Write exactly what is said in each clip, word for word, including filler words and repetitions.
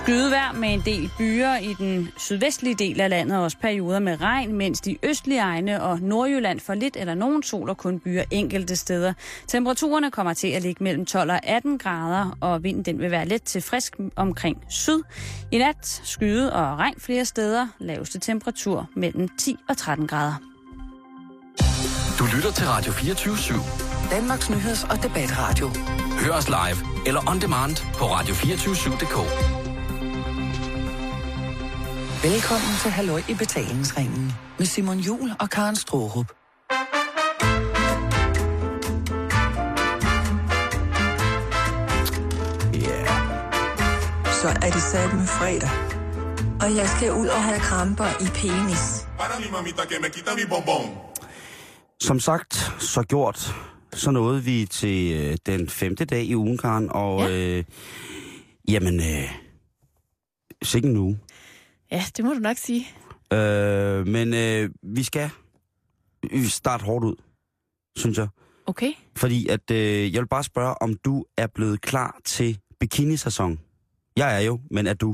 Skydevejr med en del byer i den sydvestlige del af landet, og også perioder med regn, mens de østlige egne og Nordjylland får lidt eller nogen sol og kun byer enkelte steder. Temperaturerne kommer til at ligge mellem tolv og atten grader, og vinden den vil være let til frisk omkring syd. I nat skyde og regn flere steder, laveste temperatur mellem ti og tretten grader. Du lytter til Radio fireogtyve syv. Danmarks nyheds- og debatradio. Hør os live eller on demand på radio to fire syv punktum d k. Velkommen til Halløj i betalingsringen med Simon Juhl og Karen Straarup. Yeah. Så er det satme fredag, og jeg skal ud og have kramper i penis. Som sagt, så gjort, så nåede vi til øh, den femte dag i ugen, Karen, og ja. øh, jamen, øh, sikke en uge. Ja, det må du nok sige. Øh, men øh, vi skal starte hårdt ud, synes jeg. Okay. Fordi at, øh, jeg vil bare spørge, om du er blevet klar til bikinisæson. Jeg er jo, men er du?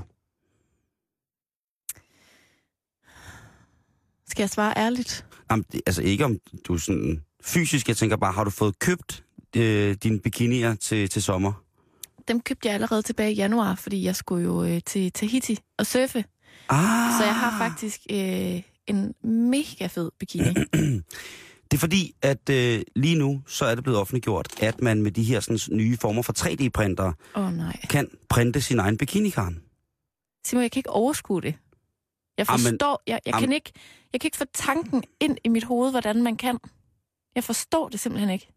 Skal jeg svare ærligt? Jamen, altså ikke om du er sådan fysisk, jeg tænker bare, har du fået købt øh, dine bikinier til, til sommer? Dem købte jeg allerede tilbage i januar, fordi jeg skulle jo øh, til Tahiti og surfe. Ah. Så jeg har faktisk øh, en mega fed bikini. Det er fordi, at øh, lige nu, så er det blevet offentliggjort, at man med de her sådan, nye former for tre D-printere oh, nej. kan printe sin egen bikini, Karen. Simon, jeg kan ikke overskue det. Jeg forstår, jeg, jeg, kan ikke, jeg kan ikke få tanken ind i mit hoved, hvordan man kan. Jeg forstår det simpelthen ikke.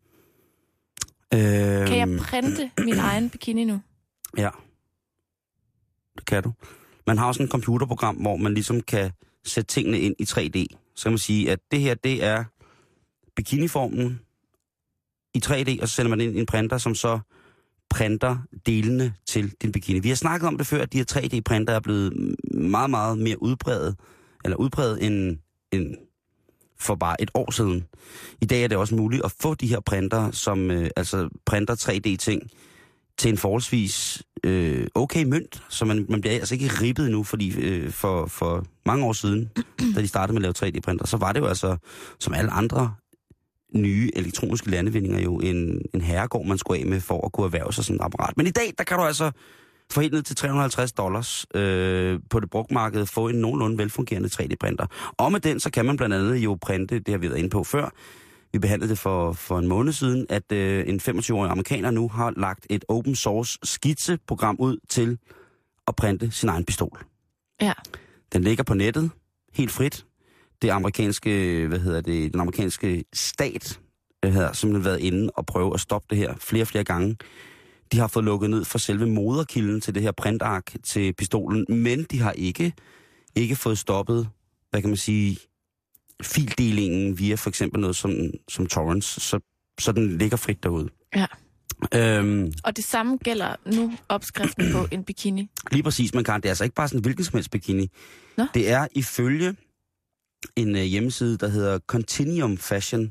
Øhm, kan jeg printe min egen bikini nu? Ja, det kan du. Man har også et computerprogram, hvor man ligesom kan sætte tingene ind i tre D. Så kan man sige, at det her, det er bikiniformen i tre D, og så sender man ind i en printer, som så printer delene til din bikini. Vi har snakket om det før, at de her tre D-printer er blevet meget, meget mere udbredt, eller udbredt end, end for bare et år siden. I dag er det også muligt at få de her printer, som øh, altså printer tre D-ting til en forholdsvis øh, okay mønt, så man, man bliver altså ikke ribbet endnu, fordi øh, for, for mange år siden, da de startede med at lave tre D-printer, så var det jo altså, som alle andre nye elektroniske landevindinger, jo en, en herregård, man skulle af med for at kunne erhverve sig sådan et apparat. Men i dag, der kan du altså for helt ned til tre hundrede og halvtreds dollars øh, på det brugtmarked få en nogenlunde velfungerende tre D-printer. Og med den, så kan man blandt andet jo printe, det har vi været inde på før, vi behandlede det for, for en måned siden, at øh, en femogtyve-årig amerikaner nu har lagt et open source skitseprogram ud til at printe sin egen pistol. Ja. Den ligger på nettet, helt frit. Det amerikanske, hvad hedder det, den amerikanske stat har simpelthen været inde og prøve at stoppe det her flere flere gange. De har fået lukket ned for selve moderkilden til det her printark til pistolen, men de har ikke, ikke fået stoppet, hvad kan man sige, fildelingen via for eksempel noget som, som torrents, så, så den ligger frit derude. Ja. Øhm, og det samme gælder nu opskriften på en bikini. Lige præcis, man kan. Det er altså ikke bare sådan en hvilken som helst bikini. Nå? Det er ifølge en uh, hjemmeside, der hedder Continuum Fashion,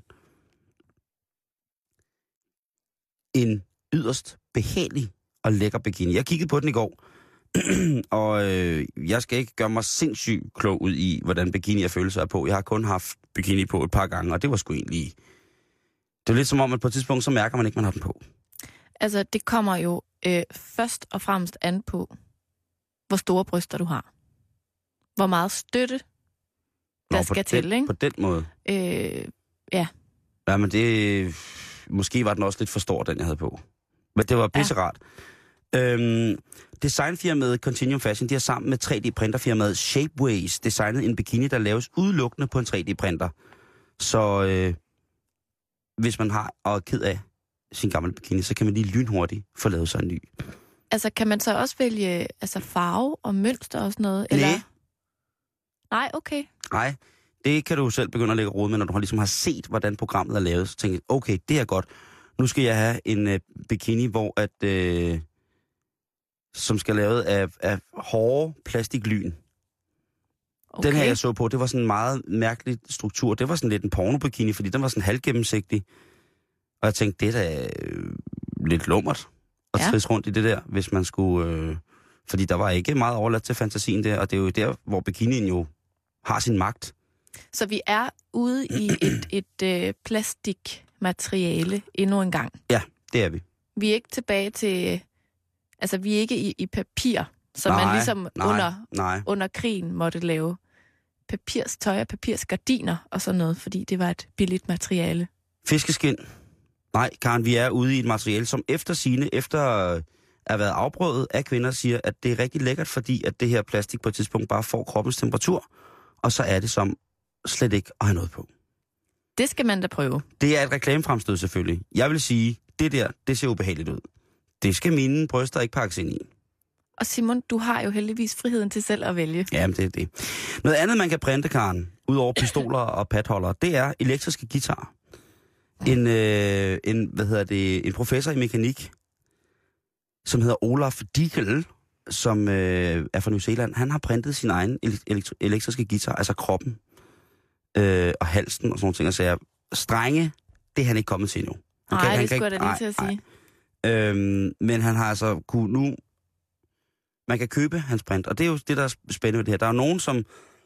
en yderst behagelig og lækker bikini. Jeg kiggede på den i går, og øh, jeg skal ikke gøre mig sindssygt klog ud i, hvordan bikini jeg føler sig på. Jeg har kun haft bikini på et par gange, og det var sgu egentlig... Det er lidt som om, at på et tidspunkt, så mærker man ikke, man har den på. Altså, det kommer jo øh, først og fremmest an på, hvor store bryster du har. Hvor meget støtte der Nå, skal den, til, ikke? På den måde? Øh, ja. Ja, men det... Måske var den også lidt for stor, den jeg havde på. Men det var pisserart. Ja. Øhm, designfirmaet Continuum Fashion, de har sammen med tre D-printerfirmaet Shapeways designet en bikini, der laves udelukkende på en tre D-printer. Så øh, hvis man har og er ked af sin gamle bikini, så kan man lige lynhurtigt få lavet sig en ny. Altså, kan man så også vælge altså, farve og mønster og sådan noget? Eller? Nej. Nej, okay. Nej, det kan du selv begynde at lægge råd med, når du har ligesom har set, hvordan programmet er lavet. Så tænker jeg, okay, det er godt. Nu skal jeg have en øh, bikini, hvor at, øh, som skal lavet af, af hårde plastiklyn. Okay. Den her, jeg så på, det var sådan en meget mærkelig struktur. Det var sådan lidt en pornobikini, fordi den var sådan halvgennemsigtig. Og jeg tænkte, det er da øh, lidt lummert at ja. trisse rundt i det der, hvis man skulle øh, Fordi der var ikke meget overladt til fantasien der, og det er jo der, hvor bikinien jo har sin magt. Så vi er ude i et, et øh, plastikmateriale endnu en gang. Ja, det er vi. Vi er ikke tilbage til... Altså, vi er ikke i, i papir, som nej, man ligesom nej, under, nej. under krigen måtte lave papirstøj og papirsgardiner og sådan noget, fordi det var et billigt materiale. Fiskeskind. Nej, Karen, vi er ude i et materiale, som efter sine, efter at have været afprøvet af kvinder, siger, at det er rigtig lækkert, fordi at det her plastik på et tidspunkt bare får kroppens temperatur, og så er det som slet ikke at have noget på. Det skal man da prøve. Det er et reklamefremstød selvfølgelig. Jeg vil sige, det der, det ser ubehageligt ud. Det skal mine bryster ikke pakkes ind i. Og Simon, du har jo heldigvis friheden til selv at vælge. Jamen, det er det. Noget andet, man kan printe, Karen, ud over pistoler og padholder, det er elektriske guitarer. En, øh, en, hvad hedder det, en professor i mekanik, som hedder Olaf Diekel, som øh, er fra New Zealand, han har printet sin egen elektri- elektriske guitar, altså kroppen øh, og halsen og sådan nogle ting, og så strenge, det er han ikke kommet til endnu. Nej, det skulle jeg da lige til at sige. Øhm, men han har altså kunne nu... Man kan købe hans print, og det er jo det, der er spændende ved det her. Der er jo nogen, som...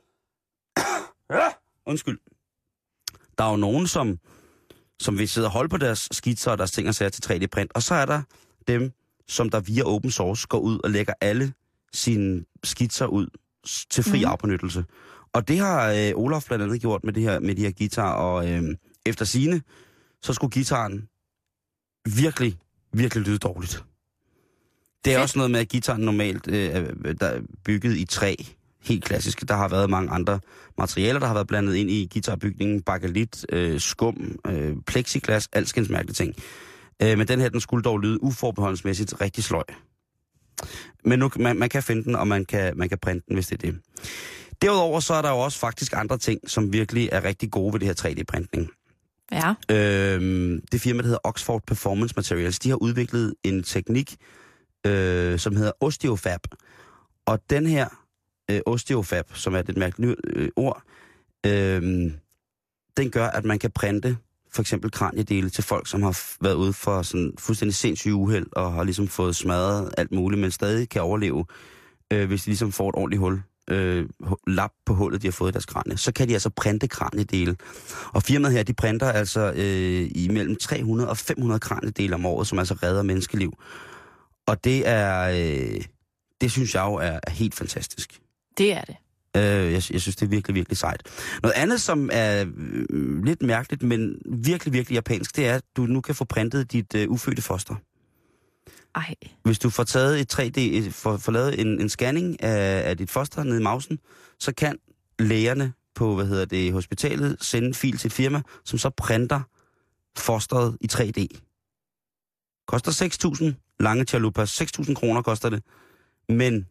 Undskyld. Der er jo nogen, som, som vil sidde og holde på deres skitser og deres ting og sager til tre D-print. Og så er der dem, som der via open source går ud og lægger alle sine skitser ud til fri mm. afbenyttelse. Og det har øh, Olaf blandt andet gjort med, det her, med de her guitarer, og øh, efter sigende, så skulle guitaren virkelig, virkelig lyde dårligt. Det er Fedt. Også noget med, at guitaren normalt øh, der er bygget i træ, helt klassisk. Der har været mange andre materialer, der har været blandet ind i guitarbygningen. Bakelit, øh, skum, øh, plexiglas, alskens mærkelige ting. Øh, men den her, den skulle dog lyde uforbeholdsmæssigt rigtig sløj. Men nu, man, man kan finde den, og man kan, man kan printe den, hvis det er det. Derudover så er der jo også faktisk andre ting, som virkelig er rigtig gode ved det her tre D-printning. Ja. Øh, det firma, der hedder Oxford Performance Materials, de har udviklet en teknik, øh, som hedder Osteofab. Og den her øh, Osteofab, som er et mærkeligt øh, ord, øh, den gør, at man kan printe for eksempel kraniedele til folk, som har været ude for sådan fuldstændig sindssyge uheld, og har ligesom fået smadret alt muligt, men stadig kan overleve, øh, hvis de ligesom får et ordentligt hul, øh, lap på hullet, de har fået i deres kranie. Så kan de altså printe kraniedele. Og firmaet her, de printer altså øh, i mellem tre hundrede og fem hundrede kraniedele om året, som altså redder menneskeliv. Og det er, øh, det synes jeg jo er, er helt fantastisk. Det er det. Øh, jeg, jeg synes, det er virkelig, virkelig sejt. Noget andet, som er øh, lidt mærkeligt, men virkelig, virkelig japansk, det er, at du nu kan få printet dit øh, ufødte foster. Ej. Hvis du får taget et tre D, får, får lavet en, en scanning af, af dit foster nede i mausen, så kan lægerne på, hvad hedder det, hospitalet sende en fil til et firma, som så printer fosteret i tre D. Koster seks tusind lange chalupas. seks tusind kroner koster det. Men,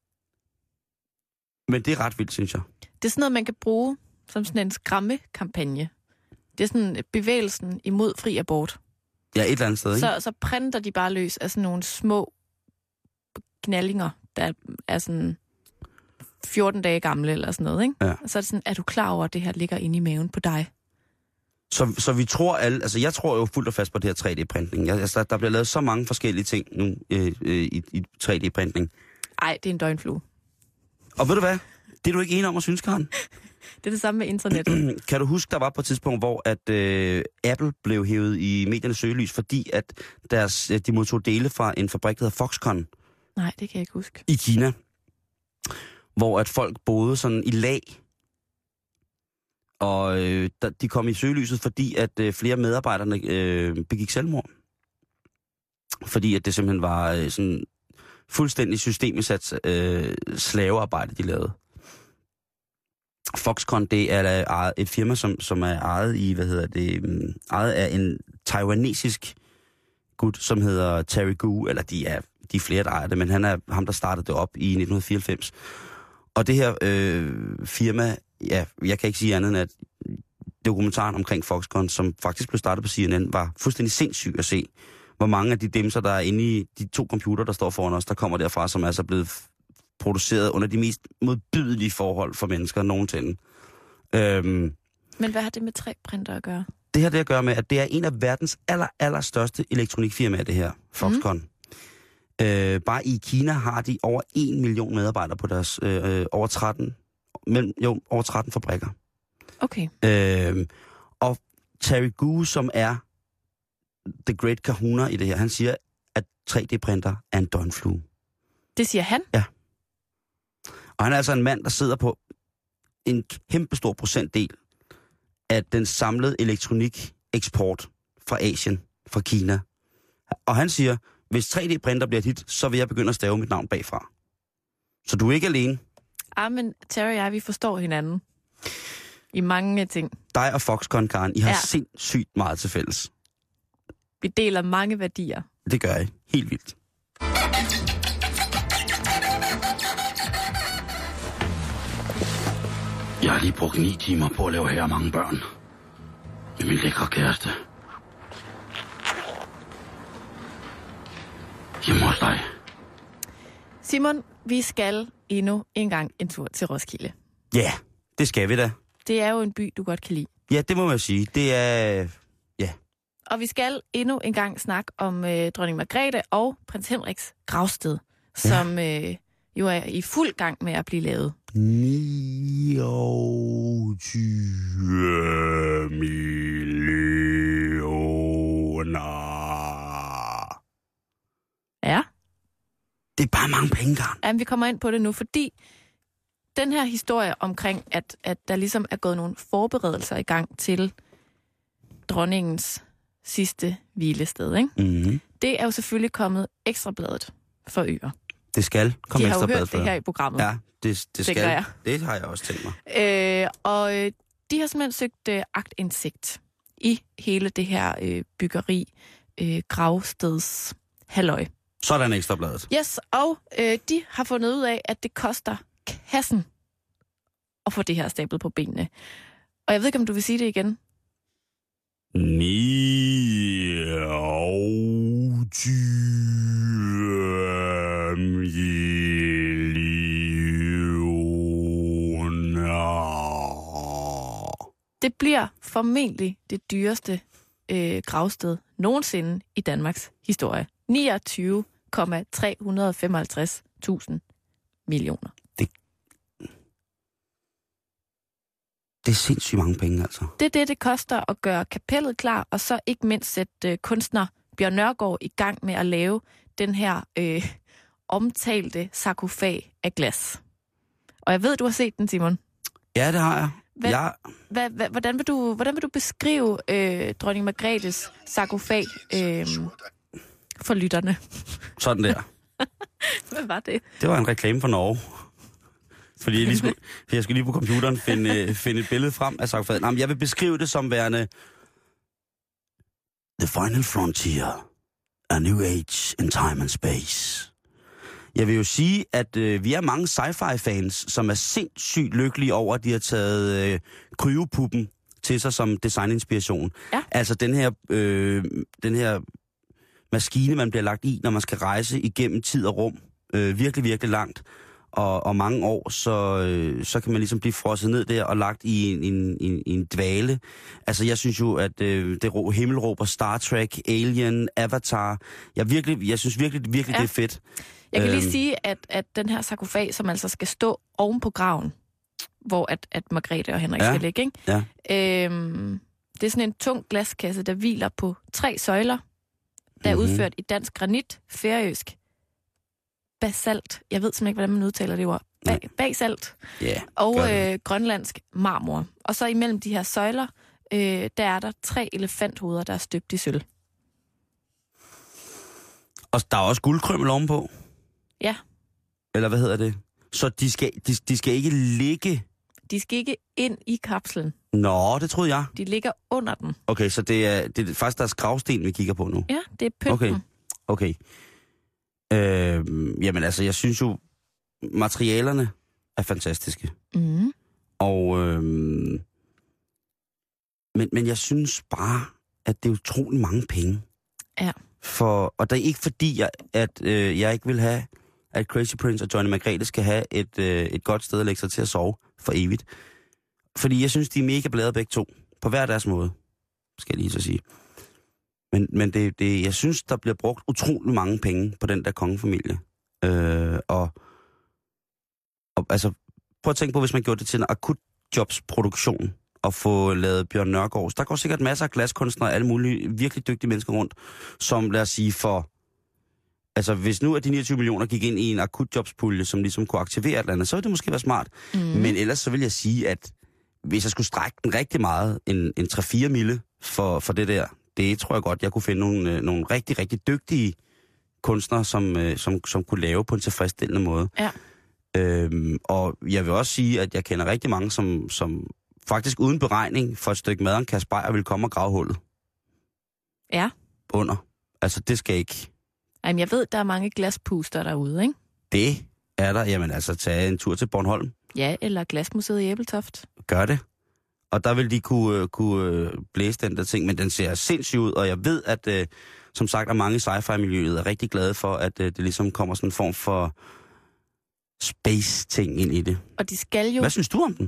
men det er ret vildt, synes jeg. Det er sådan noget, man kan bruge som sådan en skræmmekampagne. Det er sådan bevægelsen imod fri abort. Ja, et eller andet sted, ikke? Så, så printer de bare løs af sådan nogle små knallinger, der er sådan fjorten dage gamle eller sådan noget, ikke? Ja. Og så er det sådan, er du klar over, at det her ligger inde i maven på dig? Så, så vi tror alle, altså jeg tror jo fuldt og fast på det her tre D-printning. Jeg, altså, der bliver lavet så mange forskellige ting nu øh, øh, i, i tre D-printning. Ej, det er en døgnflue. Og ved du hvad? Det er du ikke enig om at synes, Karen? Det er det samme med internettet. Kan du huske, der var på et tidspunkt, hvor at øh, Apple blev hævet i mediernes søgelys, fordi at deres, de modtog dele fra en fabrik, der hedder Foxconn. Nej, det kan jeg ikke huske. I Kina. Hvor at folk boede sådan i lag. Og øh, der, de kom i søgelyset, fordi at øh, flere medarbejderne øh, begik selvmord. Fordi at det simpelthen var øh, sådan fuldstændig systemsat øh, slavearbejde, de lavede. Foxconn, det er ejet, et firma, som, som er ejet i, hvad hedder det, ejet af en taiwanesisk gut, som hedder Terry Gou, eller de er, de er flere, der ejer det, men han er ham, der startede det op i nitten fireoghalvfems. Og det her øh, firma, ja, jeg kan ikke sige andet end, at dokumentaren omkring Foxconn, som faktisk blev startet på C N N, var fuldstændig sindssyg at se, hvor mange af de dimser, der er inde i de to computer, der står foran os, der kommer derfra, som er så blevet produceret under de mest modbydelige forhold for mennesker nogensinde. Øhm, Men hvad har det med tre printer at gøre? Det har det at gøre med, at det er en af verdens aller, aller største elektronikfirmaer, det her, Foxconn. Øh, bare i Kina har de over en million medarbejdere på deres øh, over tretten, mellem, jo, over tretten fabrikker. Okay. Øh, og Terry Gou, som er the great kahuna i det her, han siger, at tre D-printer er en døgnflue. Det siger han? Ja. Og han er altså en mand, der sidder på en kæmpe stor procentdel af den samlede elektronikeksport fra Asien, fra Kina. Og han siger, hvis tre D-printer bliver et hit, så vil jeg begynde at stave mit navn bagfra. Så du er ikke alene. Ah, men Terry og jeg, vi forstår hinanden. I mange ting. Dig og Foxconn, Karen, I har ja. sindssygt meget til fælles. Vi deler mange værdier. Det gør I. Helt vildt. Jeg har lige brugt ni timer på at lave her mange børn. Med min lækre kæreste. Hjemme hos dig. Simon, vi skal endnu en gang en tur til Roskilde. Ja, det skal vi da. Det er jo en by, du godt kan lide. Ja, det må man sige. Det er... Ja. Og vi skal endnu en gang snakke om øh, dronning Margrethe og prins Henriks gravsted, ja. som øh, jo er i fuld gang med at blive lavet. niogtyve millioner. Ja. Det er bare mange penge, Karen. Jamen, vi kommer ind på det nu, fordi den her historie omkring, at, at der ligesom er gået nogle forberedelser i gang til dronningens sidste hvilested, ikke? Mm-hmm. Det er jo selvfølgelig kommet Ekstrabladet for øer. Det skal komme Ekstrabladet. De har jo Ekstrabladet hørt for. det her i programmet. Ja, det, det skal. Jeg. Det har jeg også tænkt mig. Øh, og øh, de har simpelthen søgt øh, aktindsigt i hele det her øh, byggeri, øh, gravsteds halløj. Sådan Ekstrabladet. Yes, og øh, de har fundet ud af, at det koster kassen at få det her stablet på benene. Og jeg ved ikke, om du vil sige det igen. niogtyve millioner. Det bliver formentlig det dyreste øh, gravsted nogensinde i Danmarks historie. niogtyve komma tre hundrede og femoghalvtreds tusind millioner. Det, det er sindssygt mange penge, altså. Det er det, det koster at gøre kapellet klar, og så ikke mindst sætte øh, kunstner Bjørn Nørgaard i gang med at lave den her øh, omtalte sarkofag af glas. Og jeg ved, du har set den, Simon. Ja, det har jeg. Hvad, jeg... Hvad, hvad, hvordan, vil du, hvordan vil du beskrive øh, dronning Margrethes sarkofag øh, for lytterne? Sådan der. Hvad var det? Det var en reklame for Norge. Fordi jeg, lige skulle, jeg skulle lige på computeren finde, finde et billede frem af sarkofaget. Nej, men jeg vil beskrive det som værende The Final Frontier. A New Age in Time and Space. Jeg vil jo sige, at øh, vi er mange sci-fi-fans, som er sindssygt lykkelige over, at de har taget øh, kryopuppen til sig som designinspiration. Ja. Altså den her, øh, den her maskine, man bliver lagt i, når man skal rejse igennem tid og rum. Øh, virkelig, virkelig langt. Og, og mange år, så, øh, så kan man ligesom blive frosset ned der og lagt i en, en, en, en dvale. Altså, jeg synes jo, at øh, det ro, himmelråber Star Trek, Alien, Avatar. Jeg, virkelig, jeg synes virkelig, virkelig, ja. det er fedt. Jeg kan lige øhm. sige, at, at den her sarkofag, som altså skal stå oven på graven, hvor at, at Margrethe og Henrik ja. skal ligge, ikke? Ja. Øhm, det er sådan en tung glaskasse, der hviler på tre søjler, der er mm-hmm. udført i dansk granit, færøsk basalt. Jeg ved simpelthen ikke, hvordan man udtaler det ord. Ba- basalt. Yeah, og øh, grønlandsk marmor. Og så imellem de her søjler, øh, der er der tre elefanthoveder, der er støbt i sølv. Og der er også guldkrømmel ovenpå. Ja. Eller hvad hedder det? Så de skal, de, de skal ikke ligge... De skal ikke ind i kapslen. Nå, det troede jeg. De ligger under den. Okay, så det er, det er faktisk deres gravsten, vi kigger på nu? Ja, det er pynten. Okay. Okay. Øh, jamen altså, jeg synes jo, materialerne er fantastiske. Mm. Og, øh, men, men jeg synes bare, at det er utrolig mange penge. Ja. For, og det er ikke fordi, jeg, at øh, jeg ikke vil have, at Crazy Prince og Johnny Margrethe skal have et, øh, et godt sted at lægge sig til at sove for evigt. Fordi jeg synes, de er mega blade begge to. På hver deres måde, skal jeg lige så sige. Men, men det, det, jeg synes, der bliver brugt utrolig mange penge på den der kongefamilie. Øh, og, og altså, prøv at tænke på, hvis man gjorde det til en akut jobsproduktion og få lavet Bjørn Nørgaard. Der går sikkert masser af glaskunstnere og alle mulige virkelig dygtige mennesker rundt, som lad os sige for... Altså, hvis nu at de niogtyve millioner gik ind i en akut jobspulje, som ligesom kunne aktivere et eller andet, så ville det måske være smart. Mm. Men ellers så vil jeg sige, at hvis jeg skulle strække den rigtig meget, en, en tre fire mille for, for det der, det tror jeg godt, jeg kunne finde nogle, nogle rigtig, rigtig dygtige kunstnere, som, som, som kunne lave på en tilfredsstillende måde. Ja. Øhm, og jeg vil også sige, at jeg kender rigtig mange, som, som faktisk uden beregning for et stykke mad og en kasse bajer vil komme og grave hullet. Ja. Under. Altså, det skal ikke... Jamen, jeg ved, der er mange glaspuster derude, ikke? Det er der. Jamen, altså, tage en tur til Bornholm. Ja, eller Glasmuseet i Ebeltoft. Gør det. Og der vil de kunne, kunne blæse den der ting, men den ser sindssygt ud, og jeg ved, at øh, som sagt, at mange i sci-fi-miljøet er rigtig glade for, at øh, det ligesom kommer sådan en form for space-ting ind i det. Og de skal jo... Hvad synes du om den?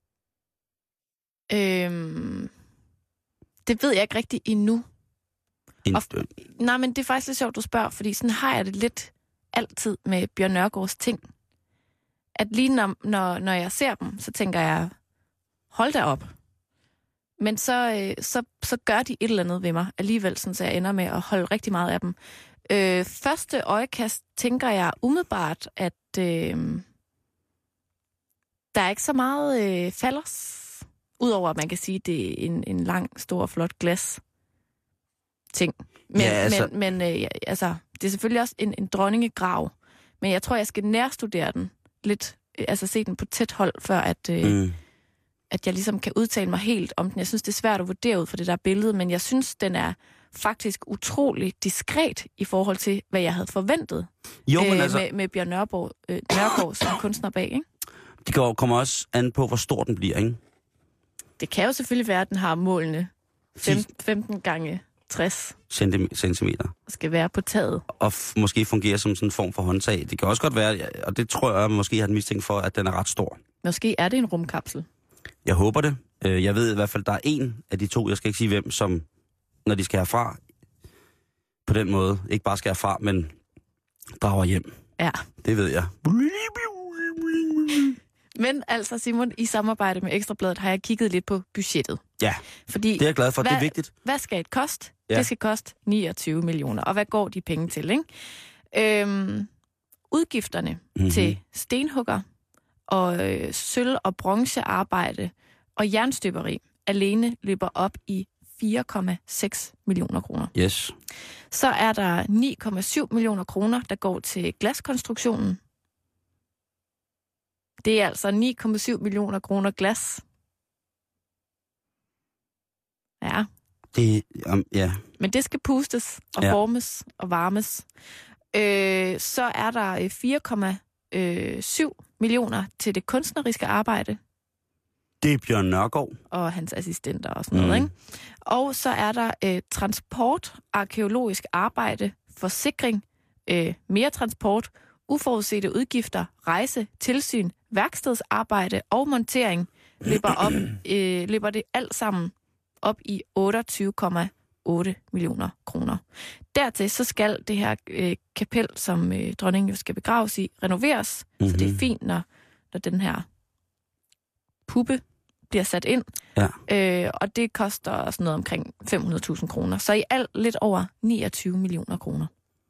Øhm... Det ved jeg ikke rigtig endnu. En... Og, nej, men det er faktisk lidt sjovt, du spørger, fordi sådan har jeg det lidt altid med Bjørn Nørgaards ting. At lige når, når, når jeg ser dem, så tænker jeg, hold da op. Men så, øh, så, så gør de et eller andet ved mig alligevel, sådan, så jeg ender med at holde rigtig meget af dem. Øh, første øjekast tænker jeg umiddelbart, at øh, der er ikke så meget øh, falders. Udover at man kan sige, at det er en, en lang, stor, flot glas ting. Men, ja, altså... men, men øh, altså, det er selvfølgelig også en, en dronningegrav. Men jeg tror, jeg skal nærstudere den lidt. Øh, altså se den på tæt hold, før at, øh, mm. at jeg ligesom kan udtale mig helt om den. Jeg synes, det er svært at vurdere ud fra det der billede, men jeg synes, den er faktisk utrolig diskret i forhold til, hvad jeg havde forventet. Jo, men øh, altså... med, med Bjørn Nørgaard, øh, Nørgaard som kunstner bag, ikke? Det kommer også an på, hvor stor den bliver, ikke? Det kan jo selvfølgelig være, at den har målene femten gange tres centimeter. Skal være på taget. Og f- måske fungere som sådan en form for håndtag. Det kan også godt være, og det tror jeg måske har den mistænkt for, at den er ret stor. Måske er det en rumkapsel. Jeg håber det. Jeg ved i hvert fald, der er en af de to, jeg skal ikke sige hvem, som når de skal herfra, på den måde, ikke bare skal herfra, men drager hjem. Ja. Det ved jeg. Men altså, Simon, i samarbejde med Ekstrabladet har jeg kigget lidt på budgettet. Ja, fordi det er jeg glad for. Hvad, det er vigtigt. Hvad skal et koste? Ja. Det skal koste niogtyve millioner. Og hvad går de penge til, ikke? Øhm, udgifterne mm-hmm. til stenhugger og øh, sølv- og bronzearbejde og jernstøberi alene løber op i fire komma seks millioner kroner. Yes. Så er der ni komma syv millioner kroner, der går til glaskonstruktionen. Det er altså ni komma syv millioner kroner glas. Ja. Det, um, ja. Men det skal pustes og ja. formes og varmes. Øh, så er der fire komma syv millioner til det kunstneriske arbejde. Det er Bjørn Nørgaard. Og hans assistenter og sådan noget, mm. ikke? Og så er der øh, transport, arkeologisk arbejde, forsikring, øh, mere transport, uforudsete udgifter, rejse, tilsyn, værkstedsarbejde og montering løber, op, øh, løber det alt sammen op i otteogtyve komma otte millioner kroner. Dertil så skal det her øh, kapel, som øh, dronningen jo skal begraves i, renoveres. Mm-hmm. Så det er fint, når, når den her puppe bliver sat ind. Ja. Øh, og det koster sådan noget omkring fem hundrede tusind kroner. Så i alt lidt over niogtyve millioner kroner.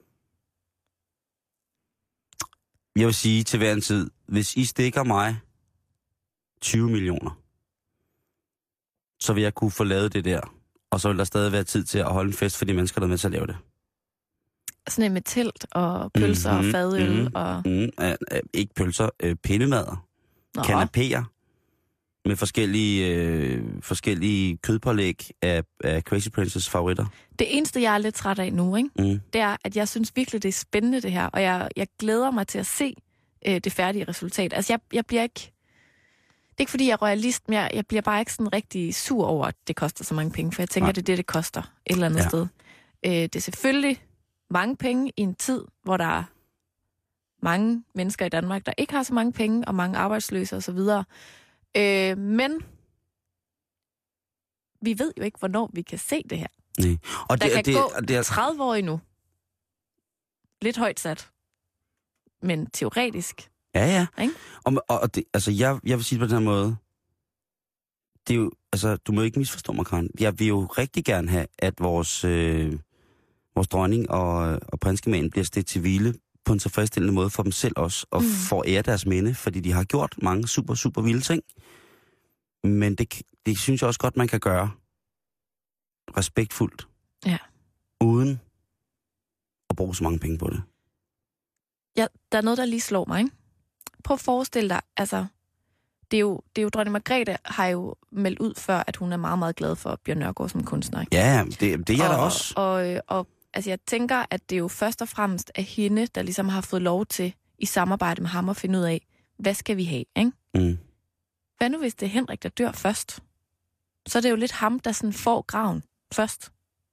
Jeg vil sige til hver en tid, hvis I stikker mig tyve millioner, så vil jeg kunne få lavet det der. Og så vil der stadig være tid til at holde en fest for de mennesker, der er med til at lave det. Sådan en med telt og pølser mm-hmm, og fadøl mm-hmm, og... Mm, uh, uh, ikke pølser, uh, pindemader, kanapéer med forskellige, øh, forskellige kødpålæg af, af Crazy Princess favoritter. Det eneste, jeg er lidt træt af nu, ikke? Mm. det er, at jeg synes virkelig, det er spændende det her, og jeg, jeg glæder mig til at se øh, det færdige resultat. Altså, jeg, jeg bliver ikke... Det er ikke, fordi jeg er royalist, men jeg, jeg bliver bare ikke sådan rigtig sur over, at det koster så mange penge, for jeg tænker, Nej. det er det, det koster et eller andet ja. sted. Øh, det er selvfølgelig mange penge i en tid, hvor der er mange mennesker i Danmark, der ikke har så mange penge, og mange arbejdsløse osv., Øh, men vi ved jo ikke, hvornår vi kan se det her. Nej. Og Der det, kan det, gå det, det, tredive år endnu. Lidt højt sat. Men teoretisk. Ja, ja. Ikke? Og, og det, altså, jeg, jeg vil sige det på den her måde. Det er jo, altså, du må ikke misforstå mig, Karen. Jeg vil jo rigtig gerne have, at vores, øh, vores dronning og, og prinskemagen bliver stedt til hvile på en tilfredsstillende måde for dem selv også, og mm. får ære deres minde, fordi de har gjort mange super, super vilde ting. Men det, det synes jeg også godt, man kan gøre respektfuldt. Ja. Uden at bruge så mange penge på det. Ja, der er noget, der lige slår mig, ikke? Prøv at forestille dig, altså, det er jo, det er jo dronning Margrethe har jo meldt ud før, at hun er meget, meget glad for Bjørn Nørgaard som kunstner, ikke? Ja, det, det er jeg da og, også. Og, og, og altså, jeg tænker, at det er jo først og fremmest er hende, der ligesom har fået lov til, i samarbejde med ham, at finde ud af, hvad skal vi have, ikke? Mm. Hvad nu, hvis det er Henrik, der dør først? Så er det jo lidt ham, der sådan får graven først.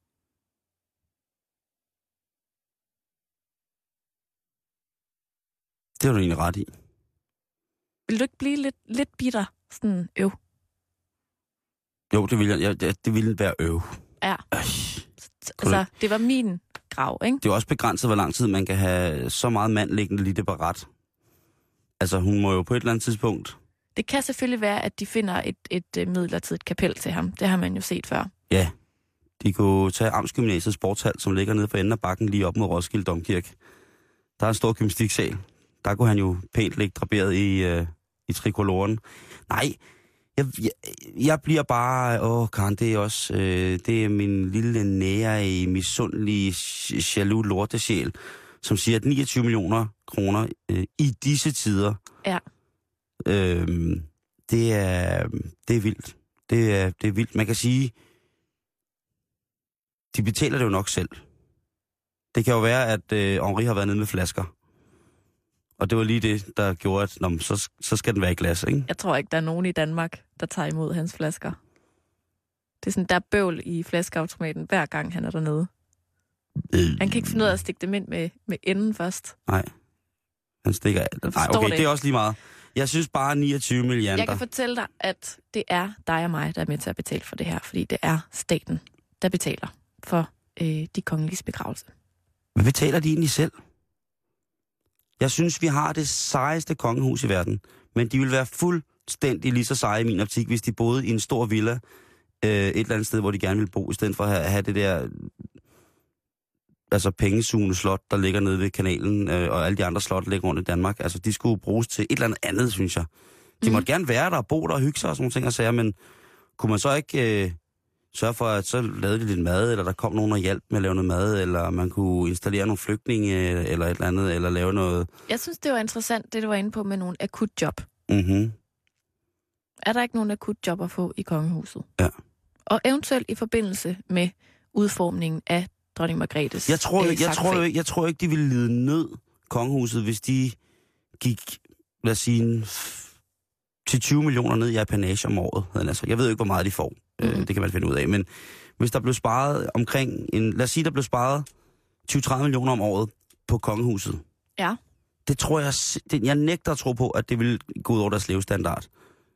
Det er du egentlig ret i. Vil du ikke blive lidt, lidt bitter? Sådan øv. Jo, det ville, jeg, det, det ville være øv. Ja. Øj. Altså, det var min grav, ikke? Det er også begrænset, hvor lang tid man kan have så meget mand liggende lige det på ret. Altså, hun må jo på et eller andet tidspunkt... Det kan selvfølgelig være, at de finder et, et, et midlertidigt kapel til ham. Det har man jo set før. Ja. De kunne tage Amtsgymnasiets sportshal, som ligger nede på enden af bakken lige op mod Roskilde Domkirke. Der er en stor gymnastiksal. Der kunne han jo pænt ligge draperet i, øh, i trikoloren. Nej, jeg, jeg, jeg bliver bare... Åh, Karen, det er også... Øh, det er min lille nære i misundelige, jaloux lortesjæl, som siger, at niogtyve millioner kroner øh, i disse tider... Ja. Øh, det er... Det er vildt. Det er, det er vildt. Man kan sige... De betaler det jo nok selv. Det kan jo være, at øh, Henri har været nede med flasker. Og det var lige det, der gjorde, at nå, så, så skal den være i glas, ikke? Jeg tror ikke, der er nogen i Danmark, der tager imod hans flasker. Det er sådan, der er bøvl i flaskeautomaten, hver gang han er dernede. Øh, Han kan ikke finde ud af at stikke dem ind med, med enden først. Nej. Han stikker alt. Nej, okay, det. det er også lige meget. Jeg synes bare niogtyve milliarder. Jeg kan fortælle dig, at det er dig og mig, der er med til at betale for det her. Fordi det er staten, der betaler for øh, de kongeliges begravelse. Hvad betaler de egentlig selv? Jeg synes, vi har det sejeste kongehus i verden. Men de vil være fuldstændig lige så seje i min optik, hvis de boede i en stor villa øh, et eller andet sted, hvor de gerne vil bo, i stedet for at have, have det der altså pengesugende slot, der ligger nede ved kanalen, øh, og alle de andre slot, der ligger rundt i Danmark. Altså, de skulle bruges til et eller andet andet, synes jeg. De mm. måtte gerne være der og bo der og hygge sig og sådan nogle ting og sager, men kunne man så ikke... Øh, sørge for, at så lavede de lidt mad, eller der kom nogen og hjalp med at lave noget mad, eller man kunne installere nogle flygtninge, eller et eller andet, eller lave noget... Jeg synes, det var interessant, det du var inde på med nogle akutjob. Mhm. Er der ikke nogen akutjob at få i kongehuset? Ja. Og eventuelt i forbindelse med udformningen af dronning Margrethes jeg tror, øh, jeg, jeg, tror, jeg, jeg tror ikke, de ville lide nød, kongehuset, hvis de gik, lad os sige, til tyve millioner ned i apanage om året. Altså, jeg ved ikke, hvor meget de får. Mm-hmm. Øh, det kan man finde ud af. Men hvis der blev sparet omkring, en, lad os sige, der blev sparet tyve til tredive millioner om året på kongehuset. Ja. Det tror jeg, det, jeg nægter at tro på, at det vil gå ud over deres levestandard.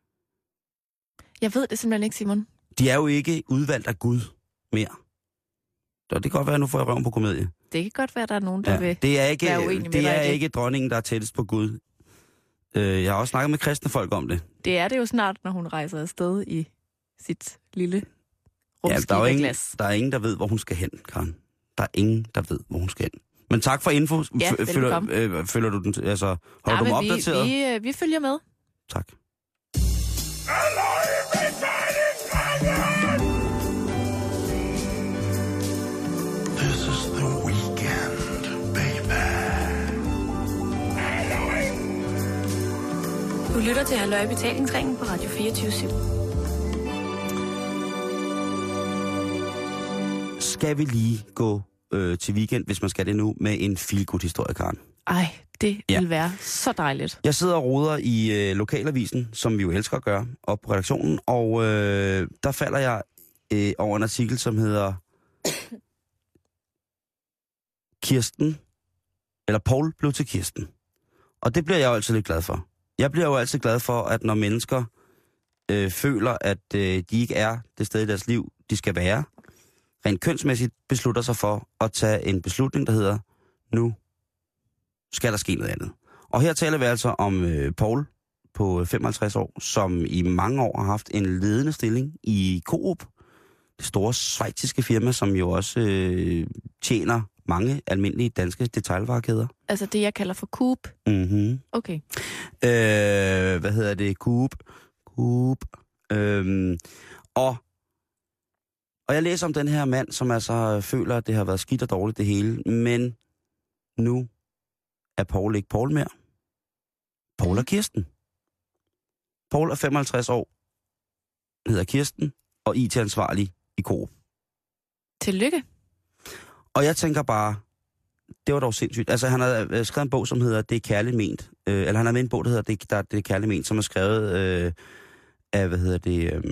Jeg ved det simpelthen ikke, Simon. De er jo ikke udvalgt af Gud mere. Og det kan godt være, at nu får jeg røven på komedie. Det kan godt være, at der er nogen, der ja, vil det er ikke, være uenige med det dig er i det. ikke dronningen, der er tættest på Gud. Øh, jeg har også snakket med kristne folk om det. Det er det jo snart, når hun rejser afsted i sit lille rumskib ja, der er af ingen, glas. Der er ingen, der ved, hvor hun skal hen, Karen. Der er ingen, der ved, hvor hun skal hen. Men tak for info. Ja, F- følger, øh, følger du den? Altså, holder ja, du mig opdateret? Vi, vi, vi følger med. Tak. This is the weekend, baby. Du lytter til Halløj i Betalingsringen på Radio fireogtyve syv. Skal vi lige gå øh, til weekend, hvis man skal det nu, med en feel-good-historie, Karen? Ej, det ja. vil være så dejligt. Jeg sidder og roder i øh, lokalavisen, som vi jo elsker at gøre, op på redaktionen, og øh, der falder jeg øh, over en artikel, som hedder Kirsten, eller Paul blev til Kirsten. Og det bliver jeg jo altid lidt glad for. Jeg bliver jo altid glad for, at når mennesker øh, føler, at øh, de ikke er det sted i deres liv, de skal være, rent kønsmæssigt beslutter sig for at tage en beslutning, der hedder, nu skal der ske noget andet. Og her taler vi altså om øh, Paul på femoghalvtreds år, som i mange år har haft en ledende stilling i Coop, det store schweiziske firma, som jo også øh, tjener mange almindelige danske detailvarekæder. Altså det, jeg kalder for Coop? Mhm. Okay. Øh, hvad hedder det? Coop. Coop. Øhm, og, og jeg læser om den her mand, som altså føler, at det har været skidt og dårligt det hele, men nu er Paul ikke Paul mere. Paul er Kirsten. Paul er femoghalvtreds år, hedder Kirsten, og I T-ansvarlig i Coop. Tillykke. Og jeg tænker bare, det var dog sindssygt. Altså, han har skrevet en bog, som hedder Det er kærligt ment. Øh, eller han har med en bog, der hedder Det, der, det er kærligt ment, som er skrevet øh, af, hvad hedder det, øh,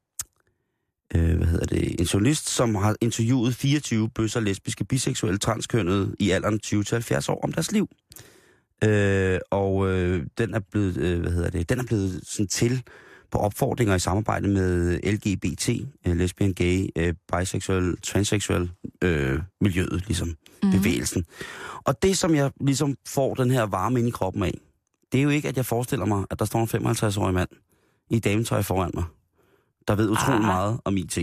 øh, hvad hedder det, en journalist, som har interviewet fireogtyve bøsser, lesbiske, biseksuelle, transkønnede i alderen tyve til halvfjerds år om deres liv. Øh, og øh, den er blevet, øh, hvad hedder det, den er blevet sådan til på opfordringer i samarbejde med L G B T, øh, lesbian, gay, øh, bisexuel, transseksuel øh, miljøet, ligesom mm. bevægelsen. Og det, som jeg ligesom får den her varme ind i kroppen af, det er jo ikke, at jeg forestiller mig, at der står en femoghalvtreds-årig mand i dametøj foran mig, der ved utrolig ah. meget om I T.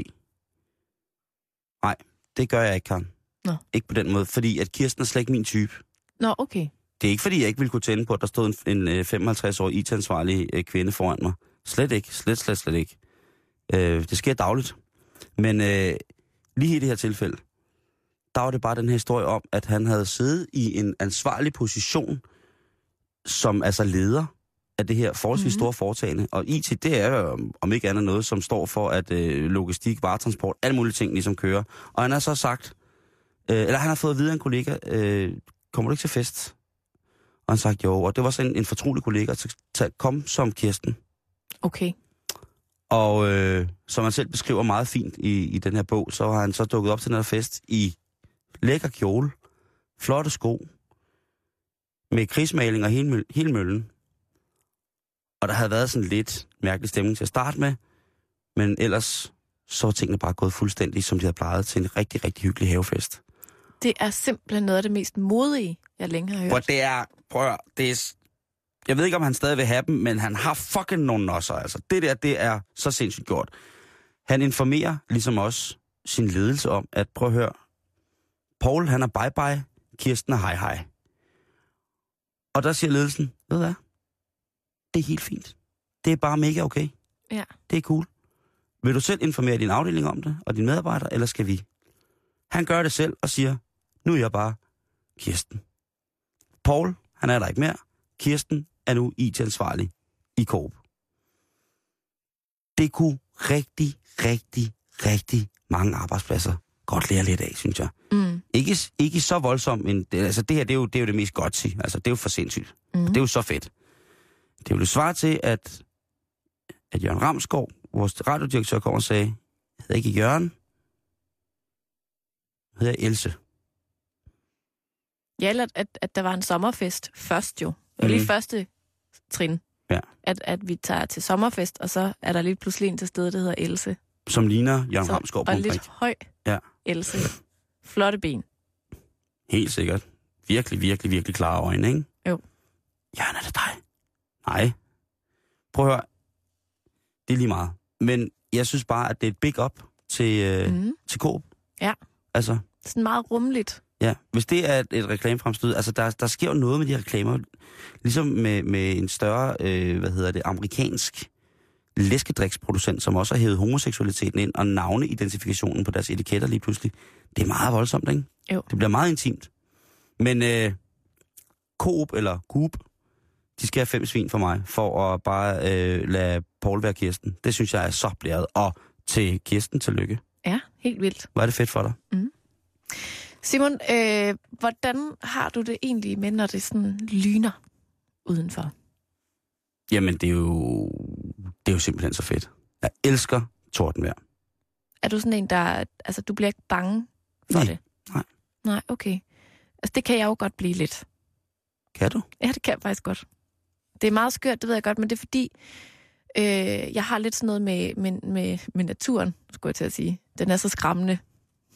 Nej, det gør jeg ikke, Karen. Nå. Ikke på den måde, fordi at Kirsten er slet ikke min type. Nå, okay. Det er ikke, fordi jeg ikke ville kunne tænde på, at der stod en, en femoghalvtreds-årig I T-ansvarlig øh, kvinde foran mig. Slet ikke. Slet, slet, slet ikke. Øh, det sker dagligt. Men øh, lige i det her tilfælde, der var det bare den her historie om, at han havde siddet i en ansvarlig position, som altså leder af det her forholdsvis mm-hmm. store foretagende. Og I T, det er jo om ikke andet noget, som står for, at øh, logistik, varetransport, alle mulige ting ligesom kører. Og han har så sagt, øh, eller han har fået videre en kollega, øh, kommer du ikke til fest? Og han sagt jo, og det var sådan en, en fortrolig kollega, til at komme som Kirsten. Okay. Og øh, som han selv beskriver meget fint i, i den her bog, så har han så dukket op til den her fest i lækker kjole, flotte sko, med krigsmaling og hele, mø- hele møllen. Og der havde været sådan lidt mærkelig stemning til at starte med, men ellers så var tingene bare gået fuldstændig, som de havde plejet, til en rigtig, rigtig hyggelig havefest. Det er simpelthen noget af det mest modige, jeg længe har hørt. Prøv, det er, prøv, det er, jeg ved ikke, om han stadig vil have dem, men han har fucking nogle nosser, altså. Det der, det er så sindssygt gjort. Han informerer, ligesom også, sin ledelse om, at prøv at høre, Paul, han er bye-bye, Kirsten er hej-hej. Og der siger ledelsen, ved du hvad? Det er helt fint. Det er bare mega okay. Ja. Det er cool. Vil du selv informere din afdeling om det, og dine medarbejdere, eller skal vi? Han gør det selv og siger, nu er jeg bare Kirsten. Paul, han er der ikke mere. Kirsten er nu I T-ansvarlig i Coop. Det kunne rigtig, rigtig, rigtig mange arbejdspladser godt lære lidt af, synes jeg. Mm. Ikke, ikke så voldsomt, men det, altså det her, det er jo det, er jo det mest godt altså det er jo for sindssygt. Mm. Det er jo så fedt. Det vil jo svare til, at, at Jørgen Ramskov, vores radiodirektør, kommer og sagde, jeg hedder ikke Jørgen, jeg hedder Else. Ja, eller at, at der var en sommerfest først jo. Det var lige mm. første trin. Ja. At, at vi tager til sommerfest, og så er der lige pludselig en til stede, der hedder Else. Som ligner Jørgen Ramskov på og en lidt prik. høj ja. Else. Flotte ben. Helt sikkert. Virkelig, virkelig, virkelig klare øjne, ikke? Jo. Jørgen, er det dig? Nej. Prøv at høre. Det er lige meget. Men jeg synes bare, at det er et big up til, øh, mm. til Coop. Ja. Altså. Sådan meget rummeligt. Ja, hvis det er et, et reklamefremstød, altså der, der sker jo noget med de reklamer, ligesom med, med en større, øh, hvad hedder det, amerikansk læskedriksproducent, som også har hævet homoseksualiteten ind, og navneidentifikationen på deres etiketter lige pludselig. Det er meget voldsomt, ikke? Jo. Det bliver meget intimt. Men øh, Coop eller Coop, de skal have fem svin for mig, for at bare øh, lade Paul være Kirsten. Det synes jeg er så blæret. Og til Kirsten, tillykke. Ja, helt vildt. Var det fedt for dig? Mm. Simon, øh, hvordan har du det egentlig med, når det sådan lyner udenfor? Jamen, det er jo, det er jo simpelthen så fedt. Jeg elsker tordenvejr. Er du sådan en, der... Altså, du bliver ikke bange for nej, det? Nej. Nej, okay. Altså, det kan jeg jo godt blive lidt. Kan du? Ja, det kan jeg faktisk godt. Det er meget skørt, det ved jeg godt, men det er fordi, øh, jeg har lidt sådan noget med, med, med, med naturen, skulle jeg til at sige. Den er så skræmmende.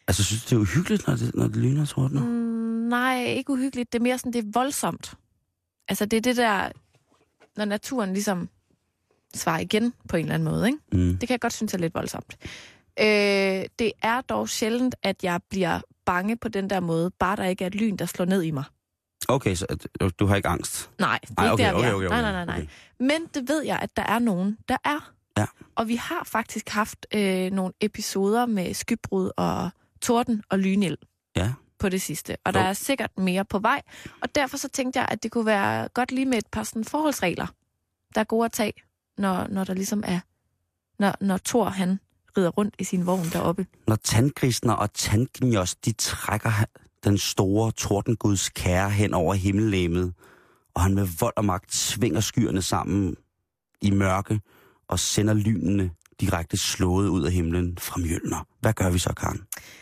Altså, synes du, det er uhyggeligt, når det, når det lyner og tordner? Mm, nej, ikke uhyggeligt. Det er mere sådan, det er voldsomt. Altså, det er det der, når naturen ligesom svarer igen på en eller anden måde, ikke? Mm. Det kan jeg godt synes er lidt voldsomt. Øh, det er dog sjældent, at jeg bliver bange på den der måde, bare der ikke er et lyn, der slår ned i mig. Okay, så du, du har ikke angst? Nej, det er Ej, ikke okay, der, vi okay, er. okay, okay, nej, nej, nej, nej. okay. Men det ved jeg, at der er nogen, der er. Ja. Og vi har faktisk haft øh, nogle episoder med skybrud og torden og lynild Ja. på det sidste. Og Jo. der er sikkert mere på vej. Og derfor så tænkte jeg, at det kunne være godt lige med et par sådan forholdsregler, der er gode at tage, når, når der ligesom er, når, når Thor han rider rundt i sin vogn deroppe. Når tandgrisner og tandgnjos, de trækker den store tordenguds kære hen over himmellegemet, og han med vold og magt svinger skyerne sammen i mørke og sender lynene direkte slået ud af himlen fra Mjølner. Hvad gør vi så, Karen?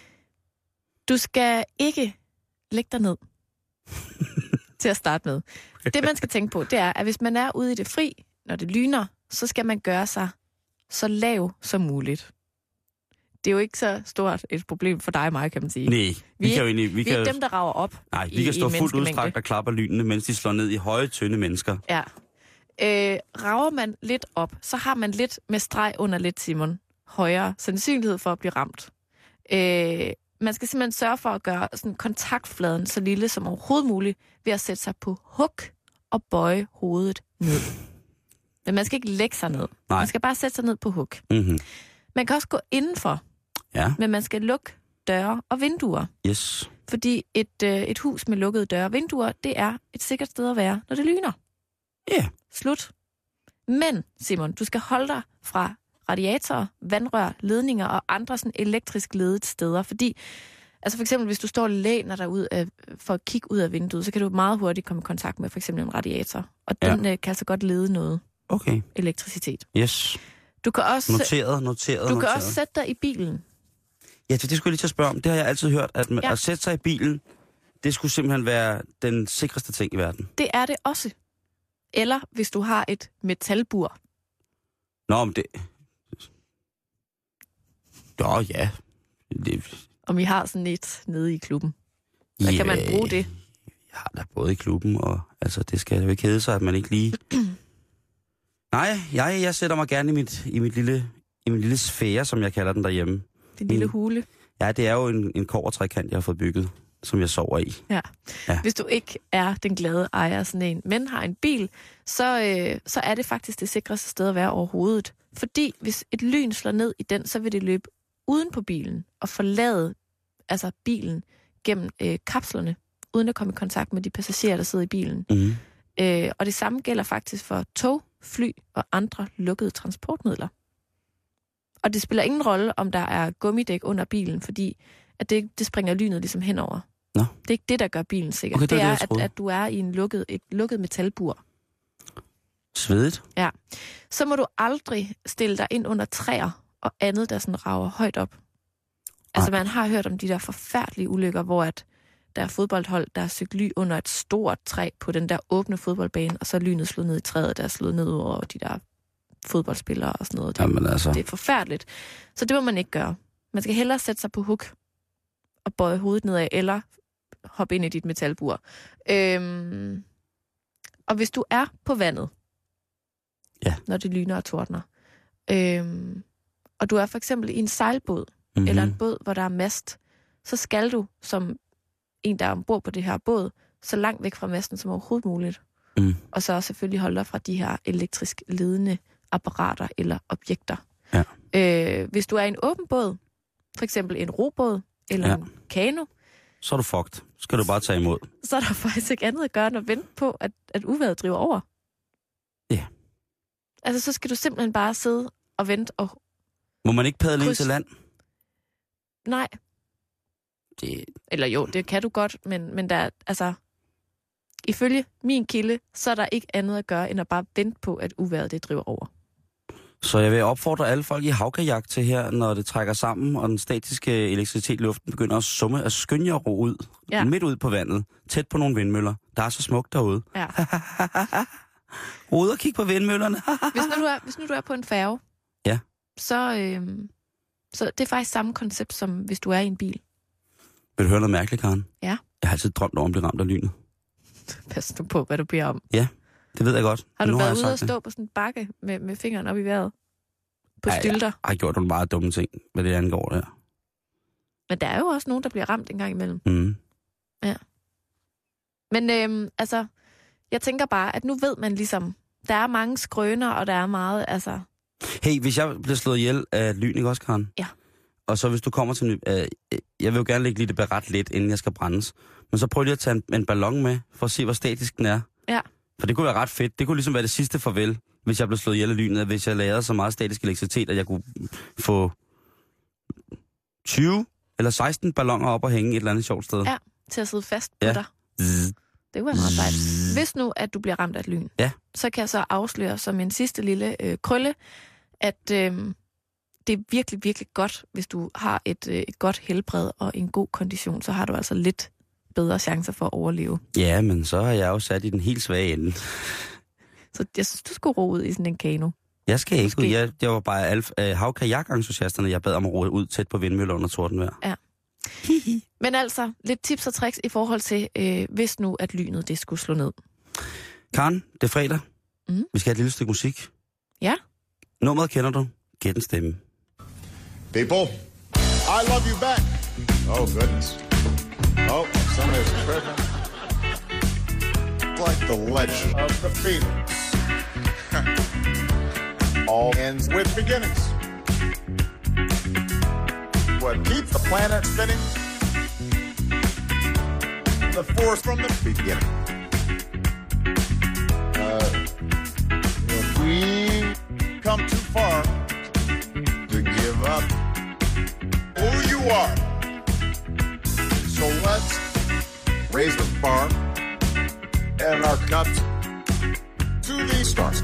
Du skal ikke lægge dig ned til at starte med. Det, man skal tænke på, det er, at hvis man er ude i det fri, når det lyner, så skal man gøre sig så lav som muligt. Det er jo ikke så stort et problem for dig og mig, kan man sige. Nej, vi, vi kan jo egentlig... Vi, vi kan, er dem, der rager op. Nej, vi i, kan stå i fuldt udstrakt og klapper lynene, mens de slår ned i høje, tynde mennesker. Ja. Øh, rager man lidt op, så har man lidt med streg under lidt, Simon, højere sandsynlighed for at blive ramt. Øh, man skal simpelthen sørge for at gøre sådan kontaktfladen så lille som overhovedet muligt ved at sætte sig på hug og bøje hovedet ned. Men man skal ikke lægge sig ned. Nej. Man skal bare sætte sig ned på hug. Mm-hmm. Man kan også gå indenfor, Ja, men man skal lukke døre og vinduer. yes. Fordi et, øh, et hus med lukkede døre og vinduer, det er et sikkert sted at være, når det lyner. Ja. Yeah. Slut. Men, Simon, du skal holde dig fra radiatorer, vandrør, ledninger og andre sådan elektrisk ledet steder, fordi altså for eksempel, hvis du står og læner dig ud af, for at kigge ud af vinduet, så kan du meget hurtigt komme i kontakt med for eksempel en radiator, og Ja. den øh, kan altså godt lede noget Okay, elektricitet. yes. Du kan også, Noteret, noteret, du kan noteret. også sætte dig i bilen. Ja, det, det skulle jeg lige til at spørge om. Det har jeg altid hørt, at, man, Ja. at sætte sig i bilen, det skulle simpelthen være den sikreste ting i verden. Det er det også. Eller hvis du har et metalbur. Nå, men det... Nå, ja. Det... Om vi har sådan et nede i klubben. Så kan man bruge det. Jeg har da både i klubben, og altså, det skal jo ikke hedde sig, at man ikke lige... Nej, jeg, jeg sætter mig gerne i mit, i mit lille, i min lille sfære, som jeg kalder den derhjemme. Den lille Min- hule. Ja, det er jo en, en kobbertrækant, jeg har fået bygget, som jeg sover i. Ja. Ja. Hvis du ikke er den glade ejer af sådan en, men har en bil, så, øh, så er det faktisk det sikreste sted at være overhovedet. Fordi hvis et lyn slår ned i den, så vil det løbe uden på bilen og forlade altså bilen gennem øh, kapslerne, uden at komme i kontakt med de passagerer, der sidder i bilen. Mm. Øh, og det samme gælder faktisk for tog, fly og andre lukkede transportmidler. Og det spiller ingen rolle, om der er gummidæk under bilen, fordi at det, det springer lynet ligesom henover. Nå. Det er ikke det, der gør bilen sikker. Okay, det det, var er, det, jeg at, troede. at du er i en lukket, et lukket metalbur. Svedigt. Ja. Så må du aldrig stille dig ind under træer og andet, der sådan rager højt op. Altså, Ej. man har hørt om de der forfærdelige ulykker, hvor at der er fodboldhold, der har søgt ly under et stort træ på den der åbne fodboldbane, og så er lynet slået ned i træet, der er slået ned over de der fodboldspillere og sådan noget. Det, Jamen altså... det er forfærdeligt. Så det må man ikke gøre. Man skal hellere sætte sig på hug og bøje hovedet nedad, eller hoppe ind i dit metalbur. Øhm, og hvis du er på vandet, Ja. når det lyner og tordner, øhm, og du er for eksempel i en sejlbåd, Mm-hmm. eller en båd, hvor der er mast, så skal du, som en, der er ombord på det her båd, så langt væk fra masten som overhovedet muligt. Mm. Og så selvfølgelig holde dig fra de her elektrisk ledende apparater eller objekter. Ja. Øh, hvis du er i en åben båd, for eksempel en robåd eller Ja. en kano, Så er du fucked. Så skal du bare tage imod. så er der faktisk ikke andet at gøre, end at vente på, at, at uvejret driver over. Ja. Altså, så skal du simpelthen bare sidde og vente og... Må man ikke padle ind Kryds. til land? Nej, Det... eller jo, det kan du godt, men, men der er, altså... Ifølge min kilde, så er der ikke andet at gøre, end at bare vente på, at uvejret det driver over. Så jeg vil opfordre alle folk i havkajak til her, når det trækker sammen, og den statiske elektricitet i luften begynder at summe, at skynde jer ro ud. Ja. Midt ud på vandet. Tæt på nogle vindmøller. Der er så smukt derude. Ja. Ud og kig på vindmøllerne. Hvis nu du er, hvis nu du er på en færge, Ja. så, øhm, så det er faktisk samme koncept, som hvis du er i en bil. Vil du høre noget mærkeligt, Karen? Ja. Jeg har altid drømt om at blive ramt af lynet. Pas du på, hvad du beder om. Ja, det ved jeg godt. Har du nu været har ude og det. stå på sådan en bakke med, med fingeren op i vejret? På Ej, stylter? Jeg har gjort nogle meget dumme ting, hvad det angår der. Men der er jo også nogen, der bliver ramt en gang imellem. Mm. Ja. Men øhm, altså, jeg tænker bare, at nu ved man ligesom, der er mange skrøner, og der er meget, altså... Hey, hvis jeg bliver slået ihjel af lyn, ikke også, Karen? Ja. Og så hvis du kommer til... Øh, jeg vil jo gerne lægge lige det beret lidt, inden jeg skal brændes. Men så prøv lige at tage en, en ballon med, for at se, hvor statisk den er. Ja. For det kunne være ret fedt. Det kunne ligesom være det sidste farvel, hvis jeg blev slået ihjel af lynet. Hvis jeg lavede så meget statisk elektricitet, at jeg kunne få tyve eller seksten balloner op og hænge et eller andet sjovt sted. Ja, til at sidde fast på Ja. dig. Det kunne være meget sejt. Hvis nu, at du bliver ramt af et lyn, Ja. så kan jeg så afsløre som en sidste lille øh, krølle, at øh, det er virkelig, virkelig godt, hvis du har et, øh, et godt helbred og en god kondition, så har du altså lidt bedre chancer for at overleve. Ja, men så har jeg jo sat i den helt svage ende. Så jeg synes, du skulle ro ud i sådan en kano. Jeg skal ikke Måske. ud. Jeg, jeg var bare alf, øh, havkajak-entusiasterne, jeg bad om at ro ud tæt på vindmøller under tordenvejr. Ja. Men altså, lidt tips og tricks i forhold til, øh, hvis nu, at lynet det skulle slå ned. Karen, det er fredag. Mm. Vi skal have et lille stykke musik. Ja. Nummeret kender du. Gæt en stemme. People, I love you back. Oh, goodness. Oh, somebody's pregnant. Like the legend of the Phoenix. All ends with beginnings. What keeps the planet spinning? The force from the beginning. Uh, if we come too far to give up who you are, so let's raise the bar and our cups to the stars.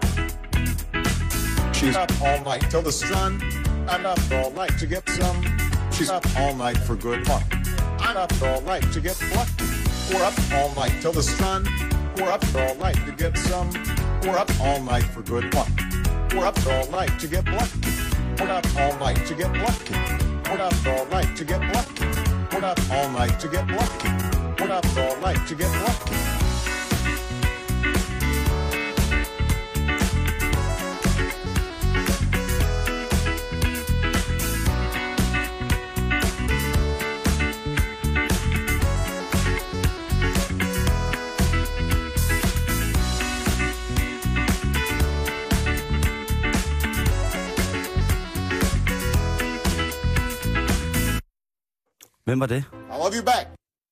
She's up all night till the sun. I'm up all night to get some. She's up all night for good luck. I'm up all night to get lucky. We're up all night till the sun. We're up all night to get some. We're up all night for good luck. We're up all night to get lucky. We're up all night to get lucky. We're up all night to get lucky. We're up all night to get lucky. We're up all night to get lucky. Hvem var det? I love you back.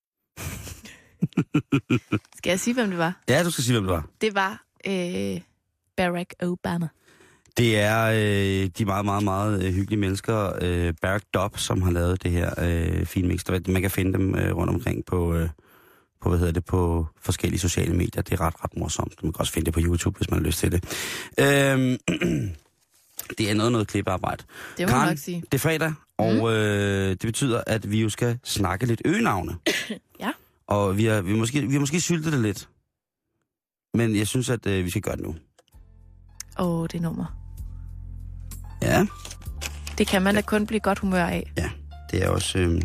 Skal jeg sige, hvem det var? Ja, du skal sige, hvem det var. Det var øh, Barack Obama. Det er øh, de meget, meget, meget øh, hyggelige mennesker, øh, Barack Dobb, som har lavet det her øh, fine mix. Man kan finde dem øh, rundt omkring på, øh, på, hvad hedder det, på forskellige sociale medier. Det er ret, ret morsomt. Man kan også finde det på YouTube, hvis man har lyst til det. Øh, det er noget, noget klippearbejde. Det må Karen, man nok sige. det er fredag, og øh, det betyder, at vi jo skal snakke lidt øgenavne. Ja. Og vi har, vi har, måske, vi har måske syltet det lidt. Men jeg synes, at øh, vi skal gøre det nu. Åh, oh, det nummer. Ja. Det kan man da kun blive godt humør af. Ja, det er også... Øh,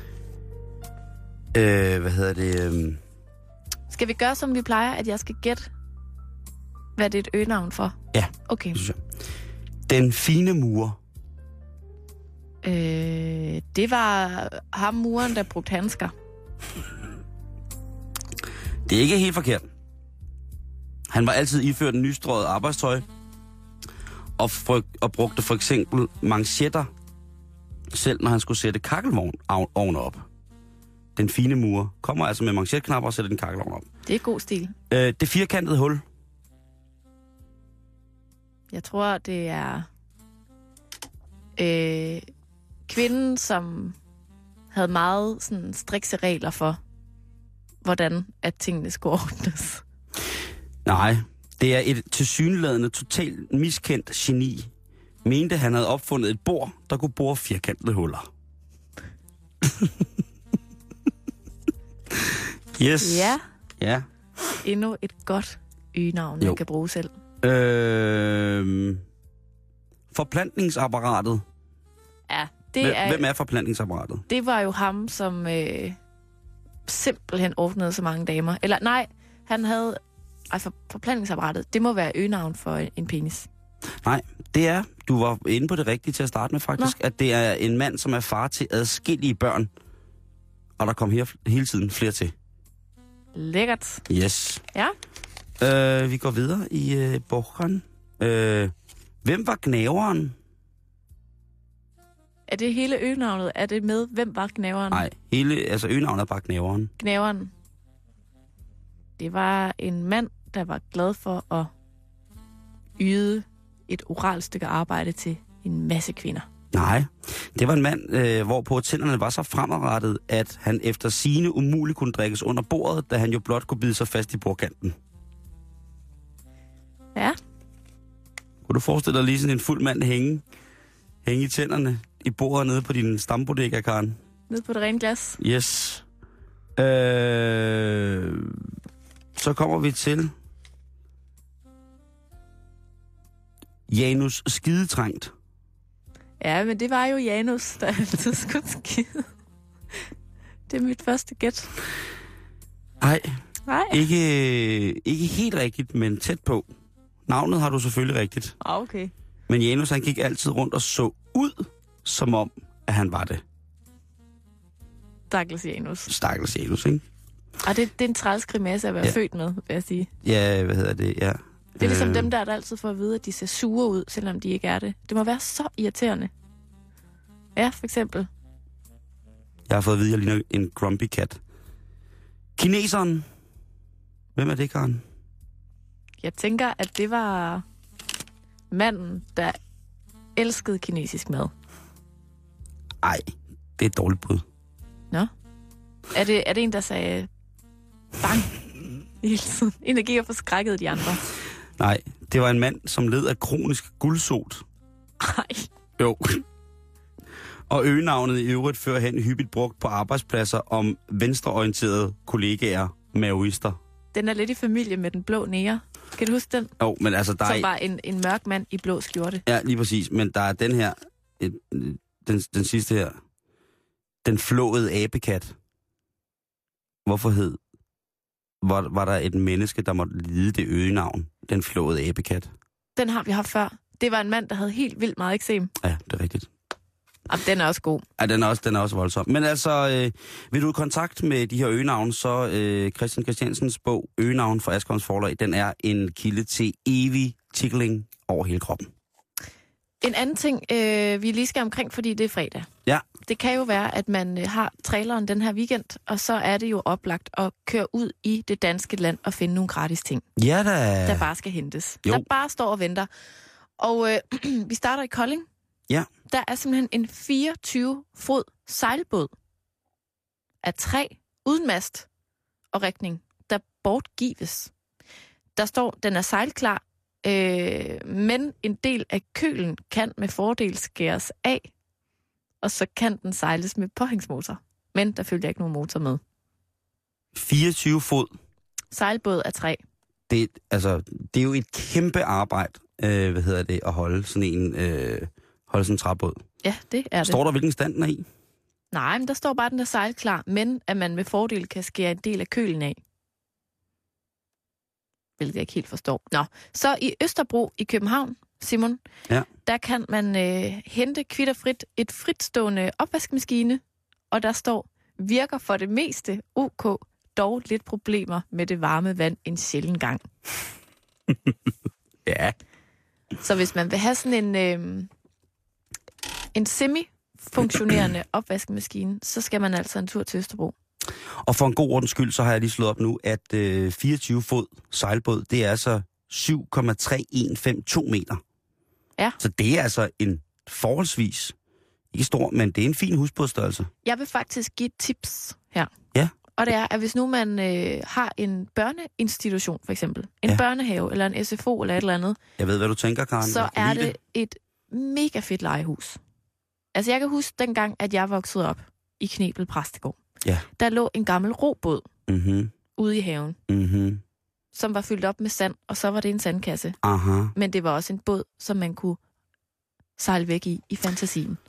øh, hvad hedder det? Øh, Skal vi gøre, som vi plejer, at jeg skal gætte, hvad det er et øgenavn for? ja, Okay. det synes jeg. Den fine mur. Øh, det var ham muren, der brugte handsker. Det er ikke helt forkert. Han var altid iført en nystrøget arbejdstøj, og, fryg, og brugte for eksempel manchetter, selv når han skulle sætte kakkelvogn op. Den fine mur kommer altså med manchetknapper og sætter den kakkelvogn op. Det er god stil. Øh, det firkantede hul. Jeg tror, det er øh, kvinden, som havde meget sådan strikse regler for, hvordan at tingene skulle ordnes. Nej, det er et tilsyneladende totalt miskendt geni. Mente, han havde opfundet et bord, der kunne bore firkantede huller. Yes. Ja, Ja. endnu et godt øgenavn, man kan bruge selv. Øh, forplantningsapparatet. Ja, Det hvem, er, hvem er forplantningsapparatet? Det var jo ham, som øh, simpelthen ordnede så mange damer. Eller nej, han havde... Ej, for, forplantningsapparatet, det må være øgenavn for en penis. Nej, det er, du var inde på det rigtige til at starte med faktisk, Nå. at det er en mand, som er far til adskillige børn. Og der kom her, hele tiden flere til. Lækkert. Yes. Ja. Øh, vi går videre i øh, bogen. Øh, hvem var gnaveren? Er det hele øgenavnet? Er det med, hvem var gnaveren? Nej, hele, altså øgenavnet er bare gnaveren. Gnaveren. Det var en mand, der var glad for at yde et oralt stykke arbejde til en masse kvinder. Nej, det var en mand, øh, hvorpå tænderne var så fremadrettet, at han efter sigende umuligt kunne drikkes under bordet, da han jo blot kunne bide sig fast i bordkanten. Ja. Kunne du forestille dig lige sådan en fuld mand hænge, hænge i tænderne i bordet nede på din stambodega, Karen? Nede på det rene glas? Yes. Øh, så kommer vi til Janus Skidetrængt. Ja, men det var jo Janus, der altid skulle skide. Det er mit første gæt. Nej, Nej. ikke, ikke helt rigtigt, men tæt på. Navnet har du selvfølgelig rigtigt. Ah, okay. Men Janus, han gik altid rundt og så ud, som om, at han var det. Stakkels Janus. Stakkels Janus, ikke? Og det, det er en træls grimasse at være ja. født med, vil jeg sige. Ja, hvad hedder det, ja. Det er ligesom øh... dem der, der altid får at vide, at de ser sure ud, selvom de ikke er det. Det må være så irriterende. Ja, for eksempel. Jeg har fået at vide, at jeg ligner en grumpy cat. Kineseren. Hvem er det, Karen? Jeg tænker, at det var manden, der elskede kinesisk mad. Ej, det er et dårligt bud. Nå. Er det, er det en, der sagde bang hele tiden? En, der gik og forskrækkede de andre? Nej, det var en mand, som led af kronisk guldsot. Nej. Jo. Og øgenavnet i øvrigt førhen hyppigt brugt på arbejdspladser om venstreorienterede kollegaer, maoister. Den er lidt i familie med den blå nære. Kan du huske den? Jo, men altså der Som er... var en, en mørk mand i blå skjorte. Ja, lige præcis. Men der er den her, et, den, den sidste her, den flåede abekat. Hvorfor hed, var, var der et menneske, der måtte lide det øgenavn, den flåede abekat? Den har vi haft før. Det var en mand, der havde helt vildt meget eksem. Ja, det er rigtigt. Og den er også god. Ja, den er også, den er også voldsom. Men altså, øh, vil du i kontakt med de her øgenavn, så øh, Christian Christiansens bog, Øgenavn fra Askerholms Forlag, den er en kilde til evig tickling over hele kroppen. En anden ting, øh, vi lige skal omkring, fordi det er fredag. Ja. Det kan jo være, at man øh, har traileren den her weekend, og så er det jo oplagt at køre ud i det danske land og finde nogle gratis ting. Ja da. Der bare skal hentes. Jo. Der bare står og venter. Og øh, vi starter i Kolding. Ja. Der er simpelthen en fireogtyve fod sejlbåd af træ, uden mast og rigning, der bortgives. Der står, den er sejlklar, øh, men en del af kølen kan med fordel skæres af, og så kan den sejles med påhængsmotor. Men der følger ikke nogen motor med. fireogtyve fod. Sejlbåd af træ. Det, altså, det er jo et kæmpe arbejde, øh, hvad hedder det, at holde sådan en... Øh, holde sådan en træbåd. Ja, det er det. Står der, hvilken stand den er i? Nej, men der står bare, den er sejlklar, men at man med fordel kan skære en del af kølen af. Hvilket jeg ikke helt forstår. Nå, så i Østerbro i København, Simon, ja. Der kan man øh, hente kvitterfrit et fritstående opvaskemaskine, og der står, virker for det meste ok, dog lidt problemer med det varme vand en sjælden gang. Ja. Så hvis man vil have sådan en... Øh, En semi-funktionerende opvaskemaskine, så skal man altså en tur til Østerbro. Og for en god ordens skyld, så har jeg lige slået op nu, at øh, fireogtyve fod sejlbåd, det er altså syv komma tre en fem to meter. Ja. Så det er altså en forholdsvis, ikke stor, men det er en fin husbådstørrelse. Jeg vil faktisk give et tips her. Ja. Og det er, at hvis nu man øh, har en børneinstitution, for eksempel, en ja. børnehave eller en S F O eller et eller andet. Jeg ved, hvad du tænker, Karen. Så er det et mega fedt legehus. Altså, jeg kan huske dengang, at jeg voksede op i Knebel Præstegård. Ja. Der lå en gammel robåd mm-hmm. ude i haven, mm-hmm. som var fyldt op med sand, og så var det en sandkasse. Aha. Men det var også en båd, som man kunne sejle væk i, i fantasien.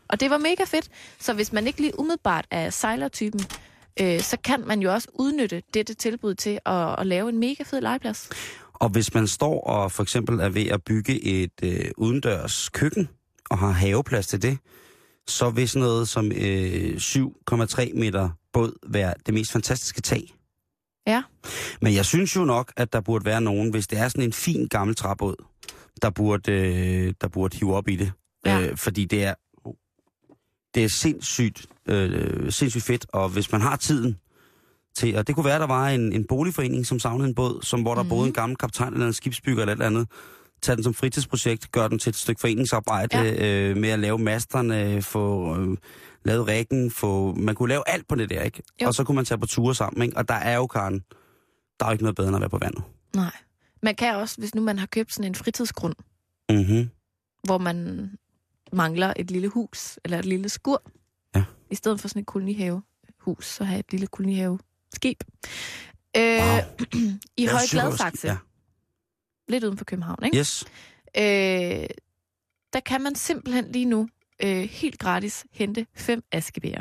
Og det var mega fedt. Så hvis man ikke lige umiddelbart er sejlertypen, øh, så kan man jo også udnytte dette tilbud til at, at lave en mega fed legeplads. Og hvis man står og for eksempel er ved at bygge et øh, udendørs køkken, og har haveplads til det, så vil sådan noget som øh, syv komma tre meter båd være det mest fantastiske tag. Ja. Men jeg synes jo nok, at der burde være nogen, hvis det er sådan en fin gammel træbåd, der burde, øh, der burde hive op i det. Ja. Øh, fordi det er, det er sindssygt, øh, sindssygt fedt, og hvis man har tiden til, og det kunne være, at der var en, en boligforening, som savnede en båd, som, hvor der mm-hmm. boede en gammel kaptajn eller en skibsbygger eller et eller andet, tage den som fritidsprojekt, gøre den til et stykke foreningsarbejde ja. øh, med at lave masterne, få øh, lavet rækken, få, man kunne lave alt på det der, ikke? Jo. Og så kunne man tage på ture sammen, ikke? Og der er jo, Karen, der er jo ikke noget bedre end at være på vandet. Nej. Man kan også, hvis nu man har købt sådan en fritidsgrund, mm-hmm. hvor man mangler et lille hus eller et lille skur, ja. i stedet for sådan et kolonihavehus, så have et lille kolonihaveskib. Øh, wow. I Høje Gladsaxe. Ja. Lidt uden for København, ikke? Yes. Øh, der kan man simpelthen lige nu øh, helt gratis hente fem askebæger.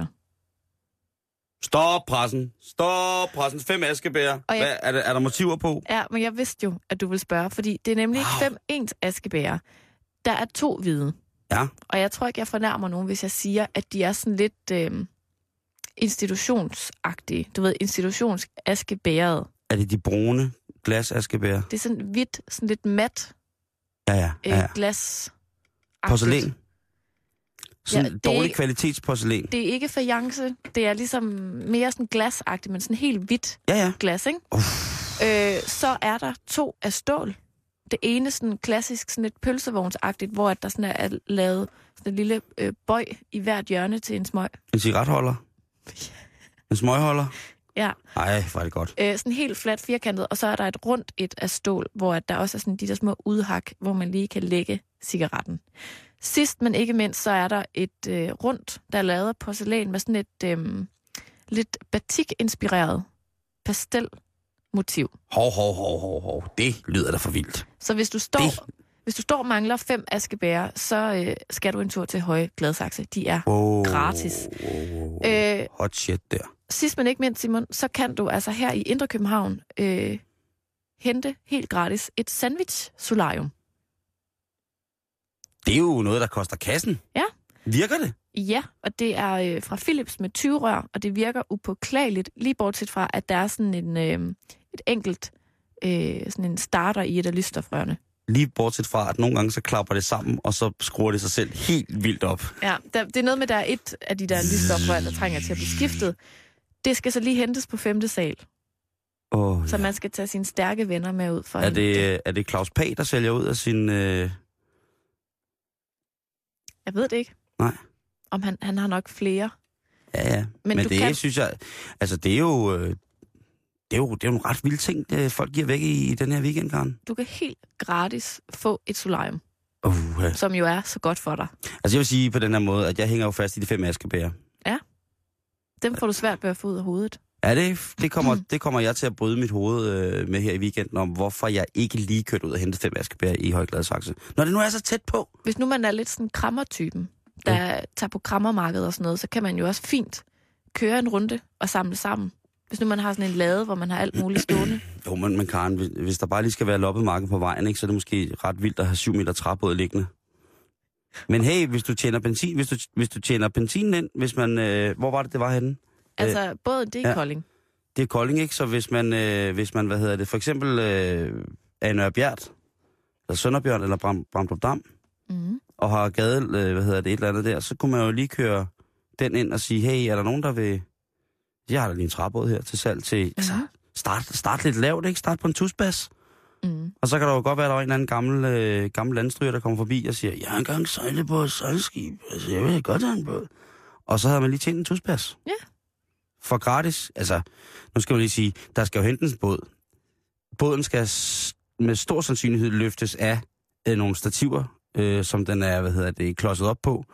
Stop pressen. Stop pressen. Fem askebæger. Jeg... Hvad, er, der, er der motiver på? Ja, men jeg vidste jo, at du ville spørge, fordi det er nemlig wow. ikke fem ens askebæger. Der er to hvide. Ja. Og jeg tror ikke, jeg fornærmer nogen, hvis jeg siger, at de er sådan lidt øh, institutionsagtige. Du ved, institutionsaskebæret. Er det de brune glasaskebæger? Det er sådan hvidt, sådan lidt mat ja, ja, ja, ja. Øh, glas. Porcelæn. Sådan ja, dårlig ikke, kvalitetsporcelæn. Det er ikke fajance. Det er ligesom mere sådan glasagtigt, men sådan helt hvidt ja, ja. glas, ikke? Øh, så er der to af stål. Det ene sådan klassisk, sådan et pølsevognsagtigt, hvor der sådan er lavet sådan en lille øh, bøj i hvert hjørne til en smøg. En cigaretholder? En smøgholder? Ja. Ej, hvor er det godt. Øh, sådan helt fladt firkantet, og så er der et rundt et af stål, hvor der også er sådan de der små udhak, hvor man lige kan lægge cigaretten. Sidst, men ikke mindst, så er der et øh, rundt, der er lavet af porcelæn med sådan et øh, lidt batik-inspireret pastelmotiv. Hov, hov, hov, hov, hov. Det lyder da for vildt. Så hvis du står, det... hvis du står og mangler fem askebæger, så øh, skal du en tur til Høje Gladsaxe. De er oh, gratis. Oh, øh, hot shit der. Sidst, men ikke mindst, Simon, så kan du altså her i Indre København øh, hente helt gratis et sandwich-solarium. Det er jo noget, der koster kassen. Ja. Virker det? Ja, og det er øh, fra Philips med tyve rør, og det virker upåklageligt, lige bortset fra, at der er sådan en, øh, et enkelt øh, sådan en starter i et af lysstofrørene. Lige bortset fra, at nogle gange så klapper det sammen, og så skruer det sig selv helt vildt op. Ja, der, det er noget med, at der er et af de der lysstofrør, der trænger til at blive skiftet. Det skal så lige hentes på femte sal. Oh, så ja. man skal tage sine stærke venner med ud for er det, er det Claus Pag, der sælger ud af sin... Øh... Jeg ved det ikke. Nej. Om han, han har nok flere. Ja, ja. Men, Men det kan... synes jeg... Altså, det er jo... Øh... Det er jo, det er jo en ret vild ting, det folk giver væk i, i den her weekend, Karen. Du kan helt gratis få et solarium, uh, ja. som jo er så godt for dig. Altså jeg vil sige på den her måde, at jeg hænger jo fast i de fem askebæger. Ja, dem får du svært ved at få ud af hovedet. Ja, det, det, kommer, det kommer jeg til at bryde mit hoved øh, med her i weekenden, om hvorfor jeg ikke lige kørte ud og hentede fem askebæger i Høje Gladsaxe. Når det nu er så tæt på. Hvis nu man er lidt sådan krammertypen, der ja. tager på krammermarkedet og sådan noget, så kan man jo også fint køre en runde og samle sammen. Hvis nu man har sådan en lade, hvor man har alt muligt stående. Jo, men, men Karen, hvis, hvis der bare lige skal være loppemarked på vejen, ikke, så er det måske ret vildt at have syv meter træbåd liggende. Men hey, hvis du tjener benzin, hvis du, hvis du tjener benzin ind, hvis man... Øh, hvor var det, det var henne? Altså, øh, båden, det er ja, Kolding. Det er Kolding, ikke? Så hvis man, øh, hvis man hvad hedder det, for eksempel øh, er i Nørrebjerg, eller Sønderbjørn, eller Bram, Bramdrup Dam, mm. og har gade, øh, hvad hedder det, et eller andet der, så kunne man jo lige køre den ind og sige, hey, er der nogen, der vil... Jeg har da lige en træbåd her til salg til... Mm. Altså, start, start lidt lavt, ikke? Start på en tusbas. Mm. Og så kan der jo godt være, at der er en eller anden gammel, øh, gammel landstryger, der kommer forbi og siger, jeg har engang sejlet på et sejlskib. Altså, jeg vil godt have en båd. Og så havde man lige tjent en tusbas. Ja. For gratis. Altså, nu skal man lige sige, der skal jo hentes en båd. Båden skal med stor sandsynlighed løftes af øh, nogle stativer, øh, som den er, hvad hedder det, klodset op på.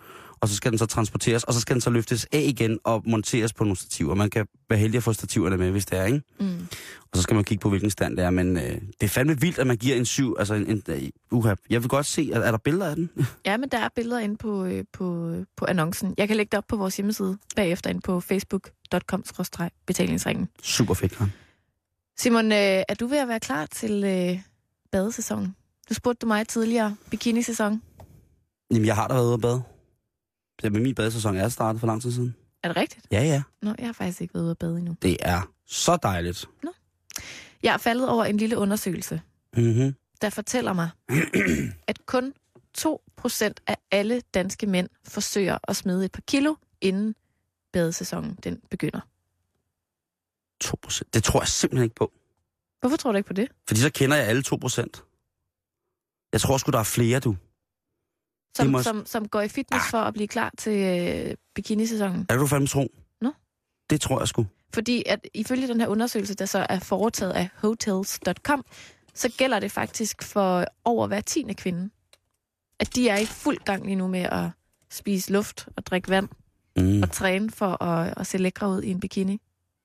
og så skal den så transporteres, og så skal den så løftes af igen og monteres på nogle stativer. Man kan være heldig at få stativerne med, hvis det er, ikke? Mm. Og så skal man kigge på, hvilken stand det er, men øh, det er fandme vildt, at man giver en syv, altså en, en uh, uha. Jeg vil godt se, er, er der billeder af den? Ja, men der er billeder inde på, øh, på, på annoncen. Jeg kan lægge det op på vores hjemmeside bagefter inde på facebook punktum com skråstreg betalingsringen. Super fedt, Karen. Simon, øh, er du ved at være klar til øh, badesæsonen? Du spurgte du mig tidligere, bikinisæson. Jamen, jeg har da været ude at bade. Det med min badesæson er startet for lang tid siden. Er det rigtigt? Ja, ja. Nå, jeg har faktisk ikke været ude at bade endnu. Det er så dejligt. Nå. Jeg er faldet over en lille undersøgelse, mm-hmm. der fortæller mig, at kun to procent af alle danske mænd forsøger at smide et par kilo, inden badesæsonen den begynder. to procent? Det tror jeg simpelthen ikke på. Hvorfor tror du ikke på det? Fordi så kender jeg alle to procent. Jeg tror sgu, der er flere, du. Som, må... som, som går i fitness ah. for at blive klar til øh, bikinisæsonen? Er du fandme tro? Nå. Det tror jeg sgu. Fordi at ifølge den her undersøgelse, der så er foretaget af hotels punktum com, så gælder det faktisk for over hver tiende kvinde, at de er i fuld gang lige nu med at spise luft og drikke vand mm. og træne for at, at se lækre ud i en bikini.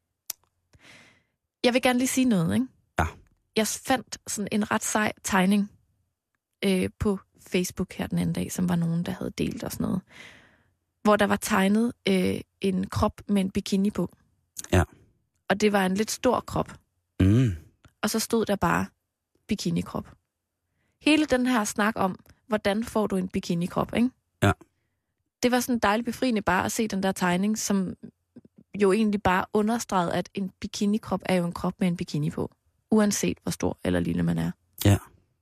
Jeg vil gerne lige sige noget, ikke? Ja. Jeg fandt sådan en ret sej tegning øh, på Facebook her den anden dag, som var nogen, der havde delt og sådan noget, hvor der var tegnet øh, en krop med en bikini på. Ja. Og det var en lidt stor krop. Mm. Og så stod der bare bikinikrop. Hele den her snak om, hvordan får du en bikinikrop, ikke? Ja. Det var sådan dejligt befriende bare at se den der tegning, som jo egentlig bare understregede, at en bikinikrop er jo en krop med en bikini på. Uanset hvor stor eller lille man er. Ja.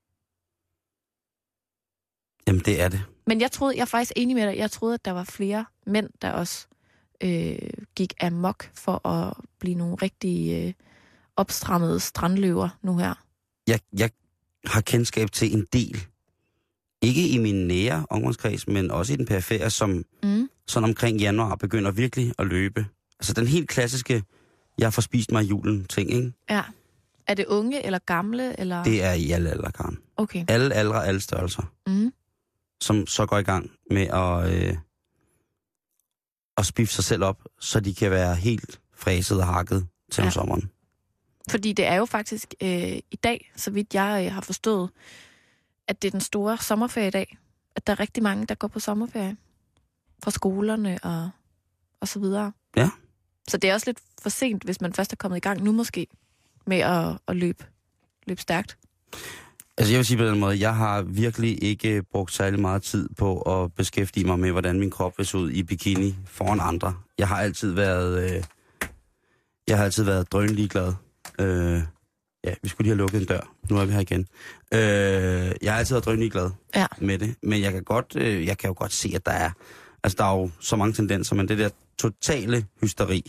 Jamen, det er det. Men jeg troede, jeg er faktisk enig med dig, jeg troede, at der var flere mænd, der også øh, gik amok for at blive nogle rigtig øh, opstrammede strandløver nu her. Jeg, jeg har kendskab til en del, ikke i min nære omgangskreds, men også i den perifære, som mm. sådan omkring januar begynder virkelig at løbe. Altså den helt klassiske, jeg får spist mig i julen ting, ikke? Ja. Er det unge eller gamle? Eller? Det er i alle aldre, Karen. Okay. Alle aldre, alle størrelser. Mm. Som så går i gang med at, øh, at spifte sig selv op, så de kan være helt fræset og hakket til ja. om sommeren. Fordi det er jo faktisk øh, i dag, så vidt jeg øh, har forstået, at det er den store sommerferie i dag. At der er rigtig mange, der går på sommerferie. Fra skolerne og, og så videre. Ja. Så det er også lidt for sent, hvis man først er kommet i gang nu måske, med at, at løbe, løbe stærkt. Altså jeg vil sige på den måde, jeg har virkelig ikke brugt særlig meget tid på at beskæftige mig med, hvordan min krop vil se ud i bikini foran andre. Jeg har altid været, øh, jeg har altid været drønlig glad. Øh, ja, vi skulle lige have lukket en dør. Nu er vi her igen. Øh, jeg har altid været drønlig glad ja. med det, men jeg kan godt, øh, jeg kan jo godt se, at der er, altså der er jo så mange tendenser, men det der totale hysteri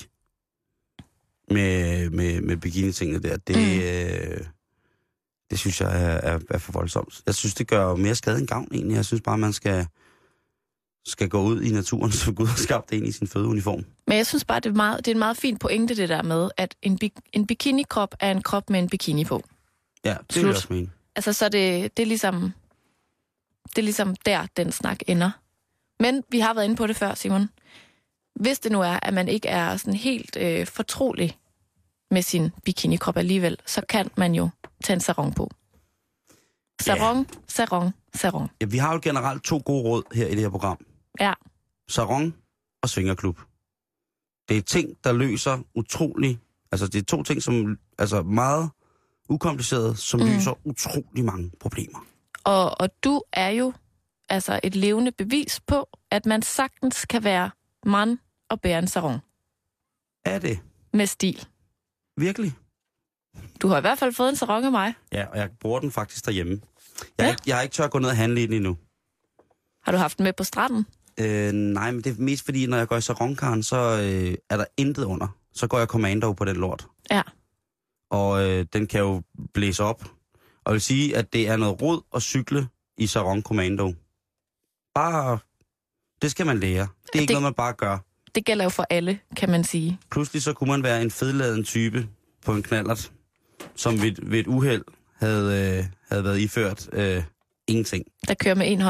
med med med bikini-tingene der, det mm. øh, det synes jeg er, er, er for voldsomt. Jeg synes, det gør mere skade end gavn egentlig. Jeg synes bare, man skal, skal gå ud i naturen, så Gud har skabt en i sin fødeuniform. Men jeg synes bare, det er, meget, det er en meget fin pointe, det der med, at en, en bikini-krop er en krop med en bikini på. Ja, det Slut. vil jeg også mene. Altså, så det, det, er ligesom, det er ligesom der, den snak ender. Men vi har været inde på det før, Simon. Hvis det nu er, at man ikke er sådan helt øh, fortrolig med sin bikini-krop alligevel, så kan man jo tage en sarong på. Sarong, ja. sarong, sarong. Ja, vi har jo generelt to gode råd her i det her program. Ja. Sarong og svingerklub. Det er ting, der løser utrolig... Altså, det er to ting, som altså meget ukomplicerede, som mm. løser utrolig mange problemer. Og, og du er jo altså et levende bevis på, at man sagtens kan være mand og bære en sarong. Er det? Med stil. Virkelig? Du har i hvert fald fået en sarong af mig. Ja, og jeg bruger den faktisk derhjemme. Jeg, ja. Ja. ikke, jeg har ikke tør at gå ned og handle i den endnu. Har du haft den med på stranden? Øh, nej, men det er mest fordi, når jeg går i sarongkaren, så øh, er der intet under. Så går jeg commando på den lort. Ja. Og øh, den kan jo blæse op. Og jeg vil sige, at det er noget rod at cykle i sarong commando. Bare... Det skal man lære. Det er ikke det, noget, man bare gør. Det gælder jo for alle, kan man sige. Pludselig så kunne man være en fedladen type på en knallert, som ved, ved et uheld havde, øh, havde været iført øh, ingenting. Der kører med en hånd.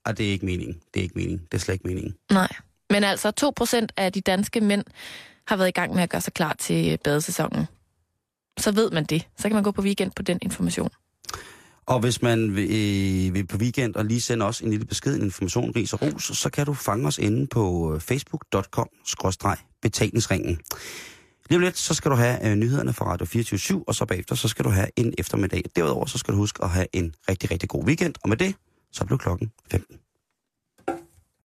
Og det er ikke meningen. Det er ikke meningen. Det er slet ikke meningen. Nej. Men altså, to procent af de danske mænd har været i gang med at gøre sig klar til badesæsonen. Så ved man det. Så kan man gå på weekend på den information. Og hvis man vil, øh, vil på weekend og lige sende os en lille besked, en information, ris og ros, så kan du fange os inde på facebook punktum com skråstreg betalingsringen. Lige om lidt, så skal du have øh, nyhederne fra Radio fireogtyve syv, og så bagefter, så skal du have en eftermiddag. Derudover, så skal du huske at have en rigtig, rigtig god weekend. Og med det, så blev klokken femten.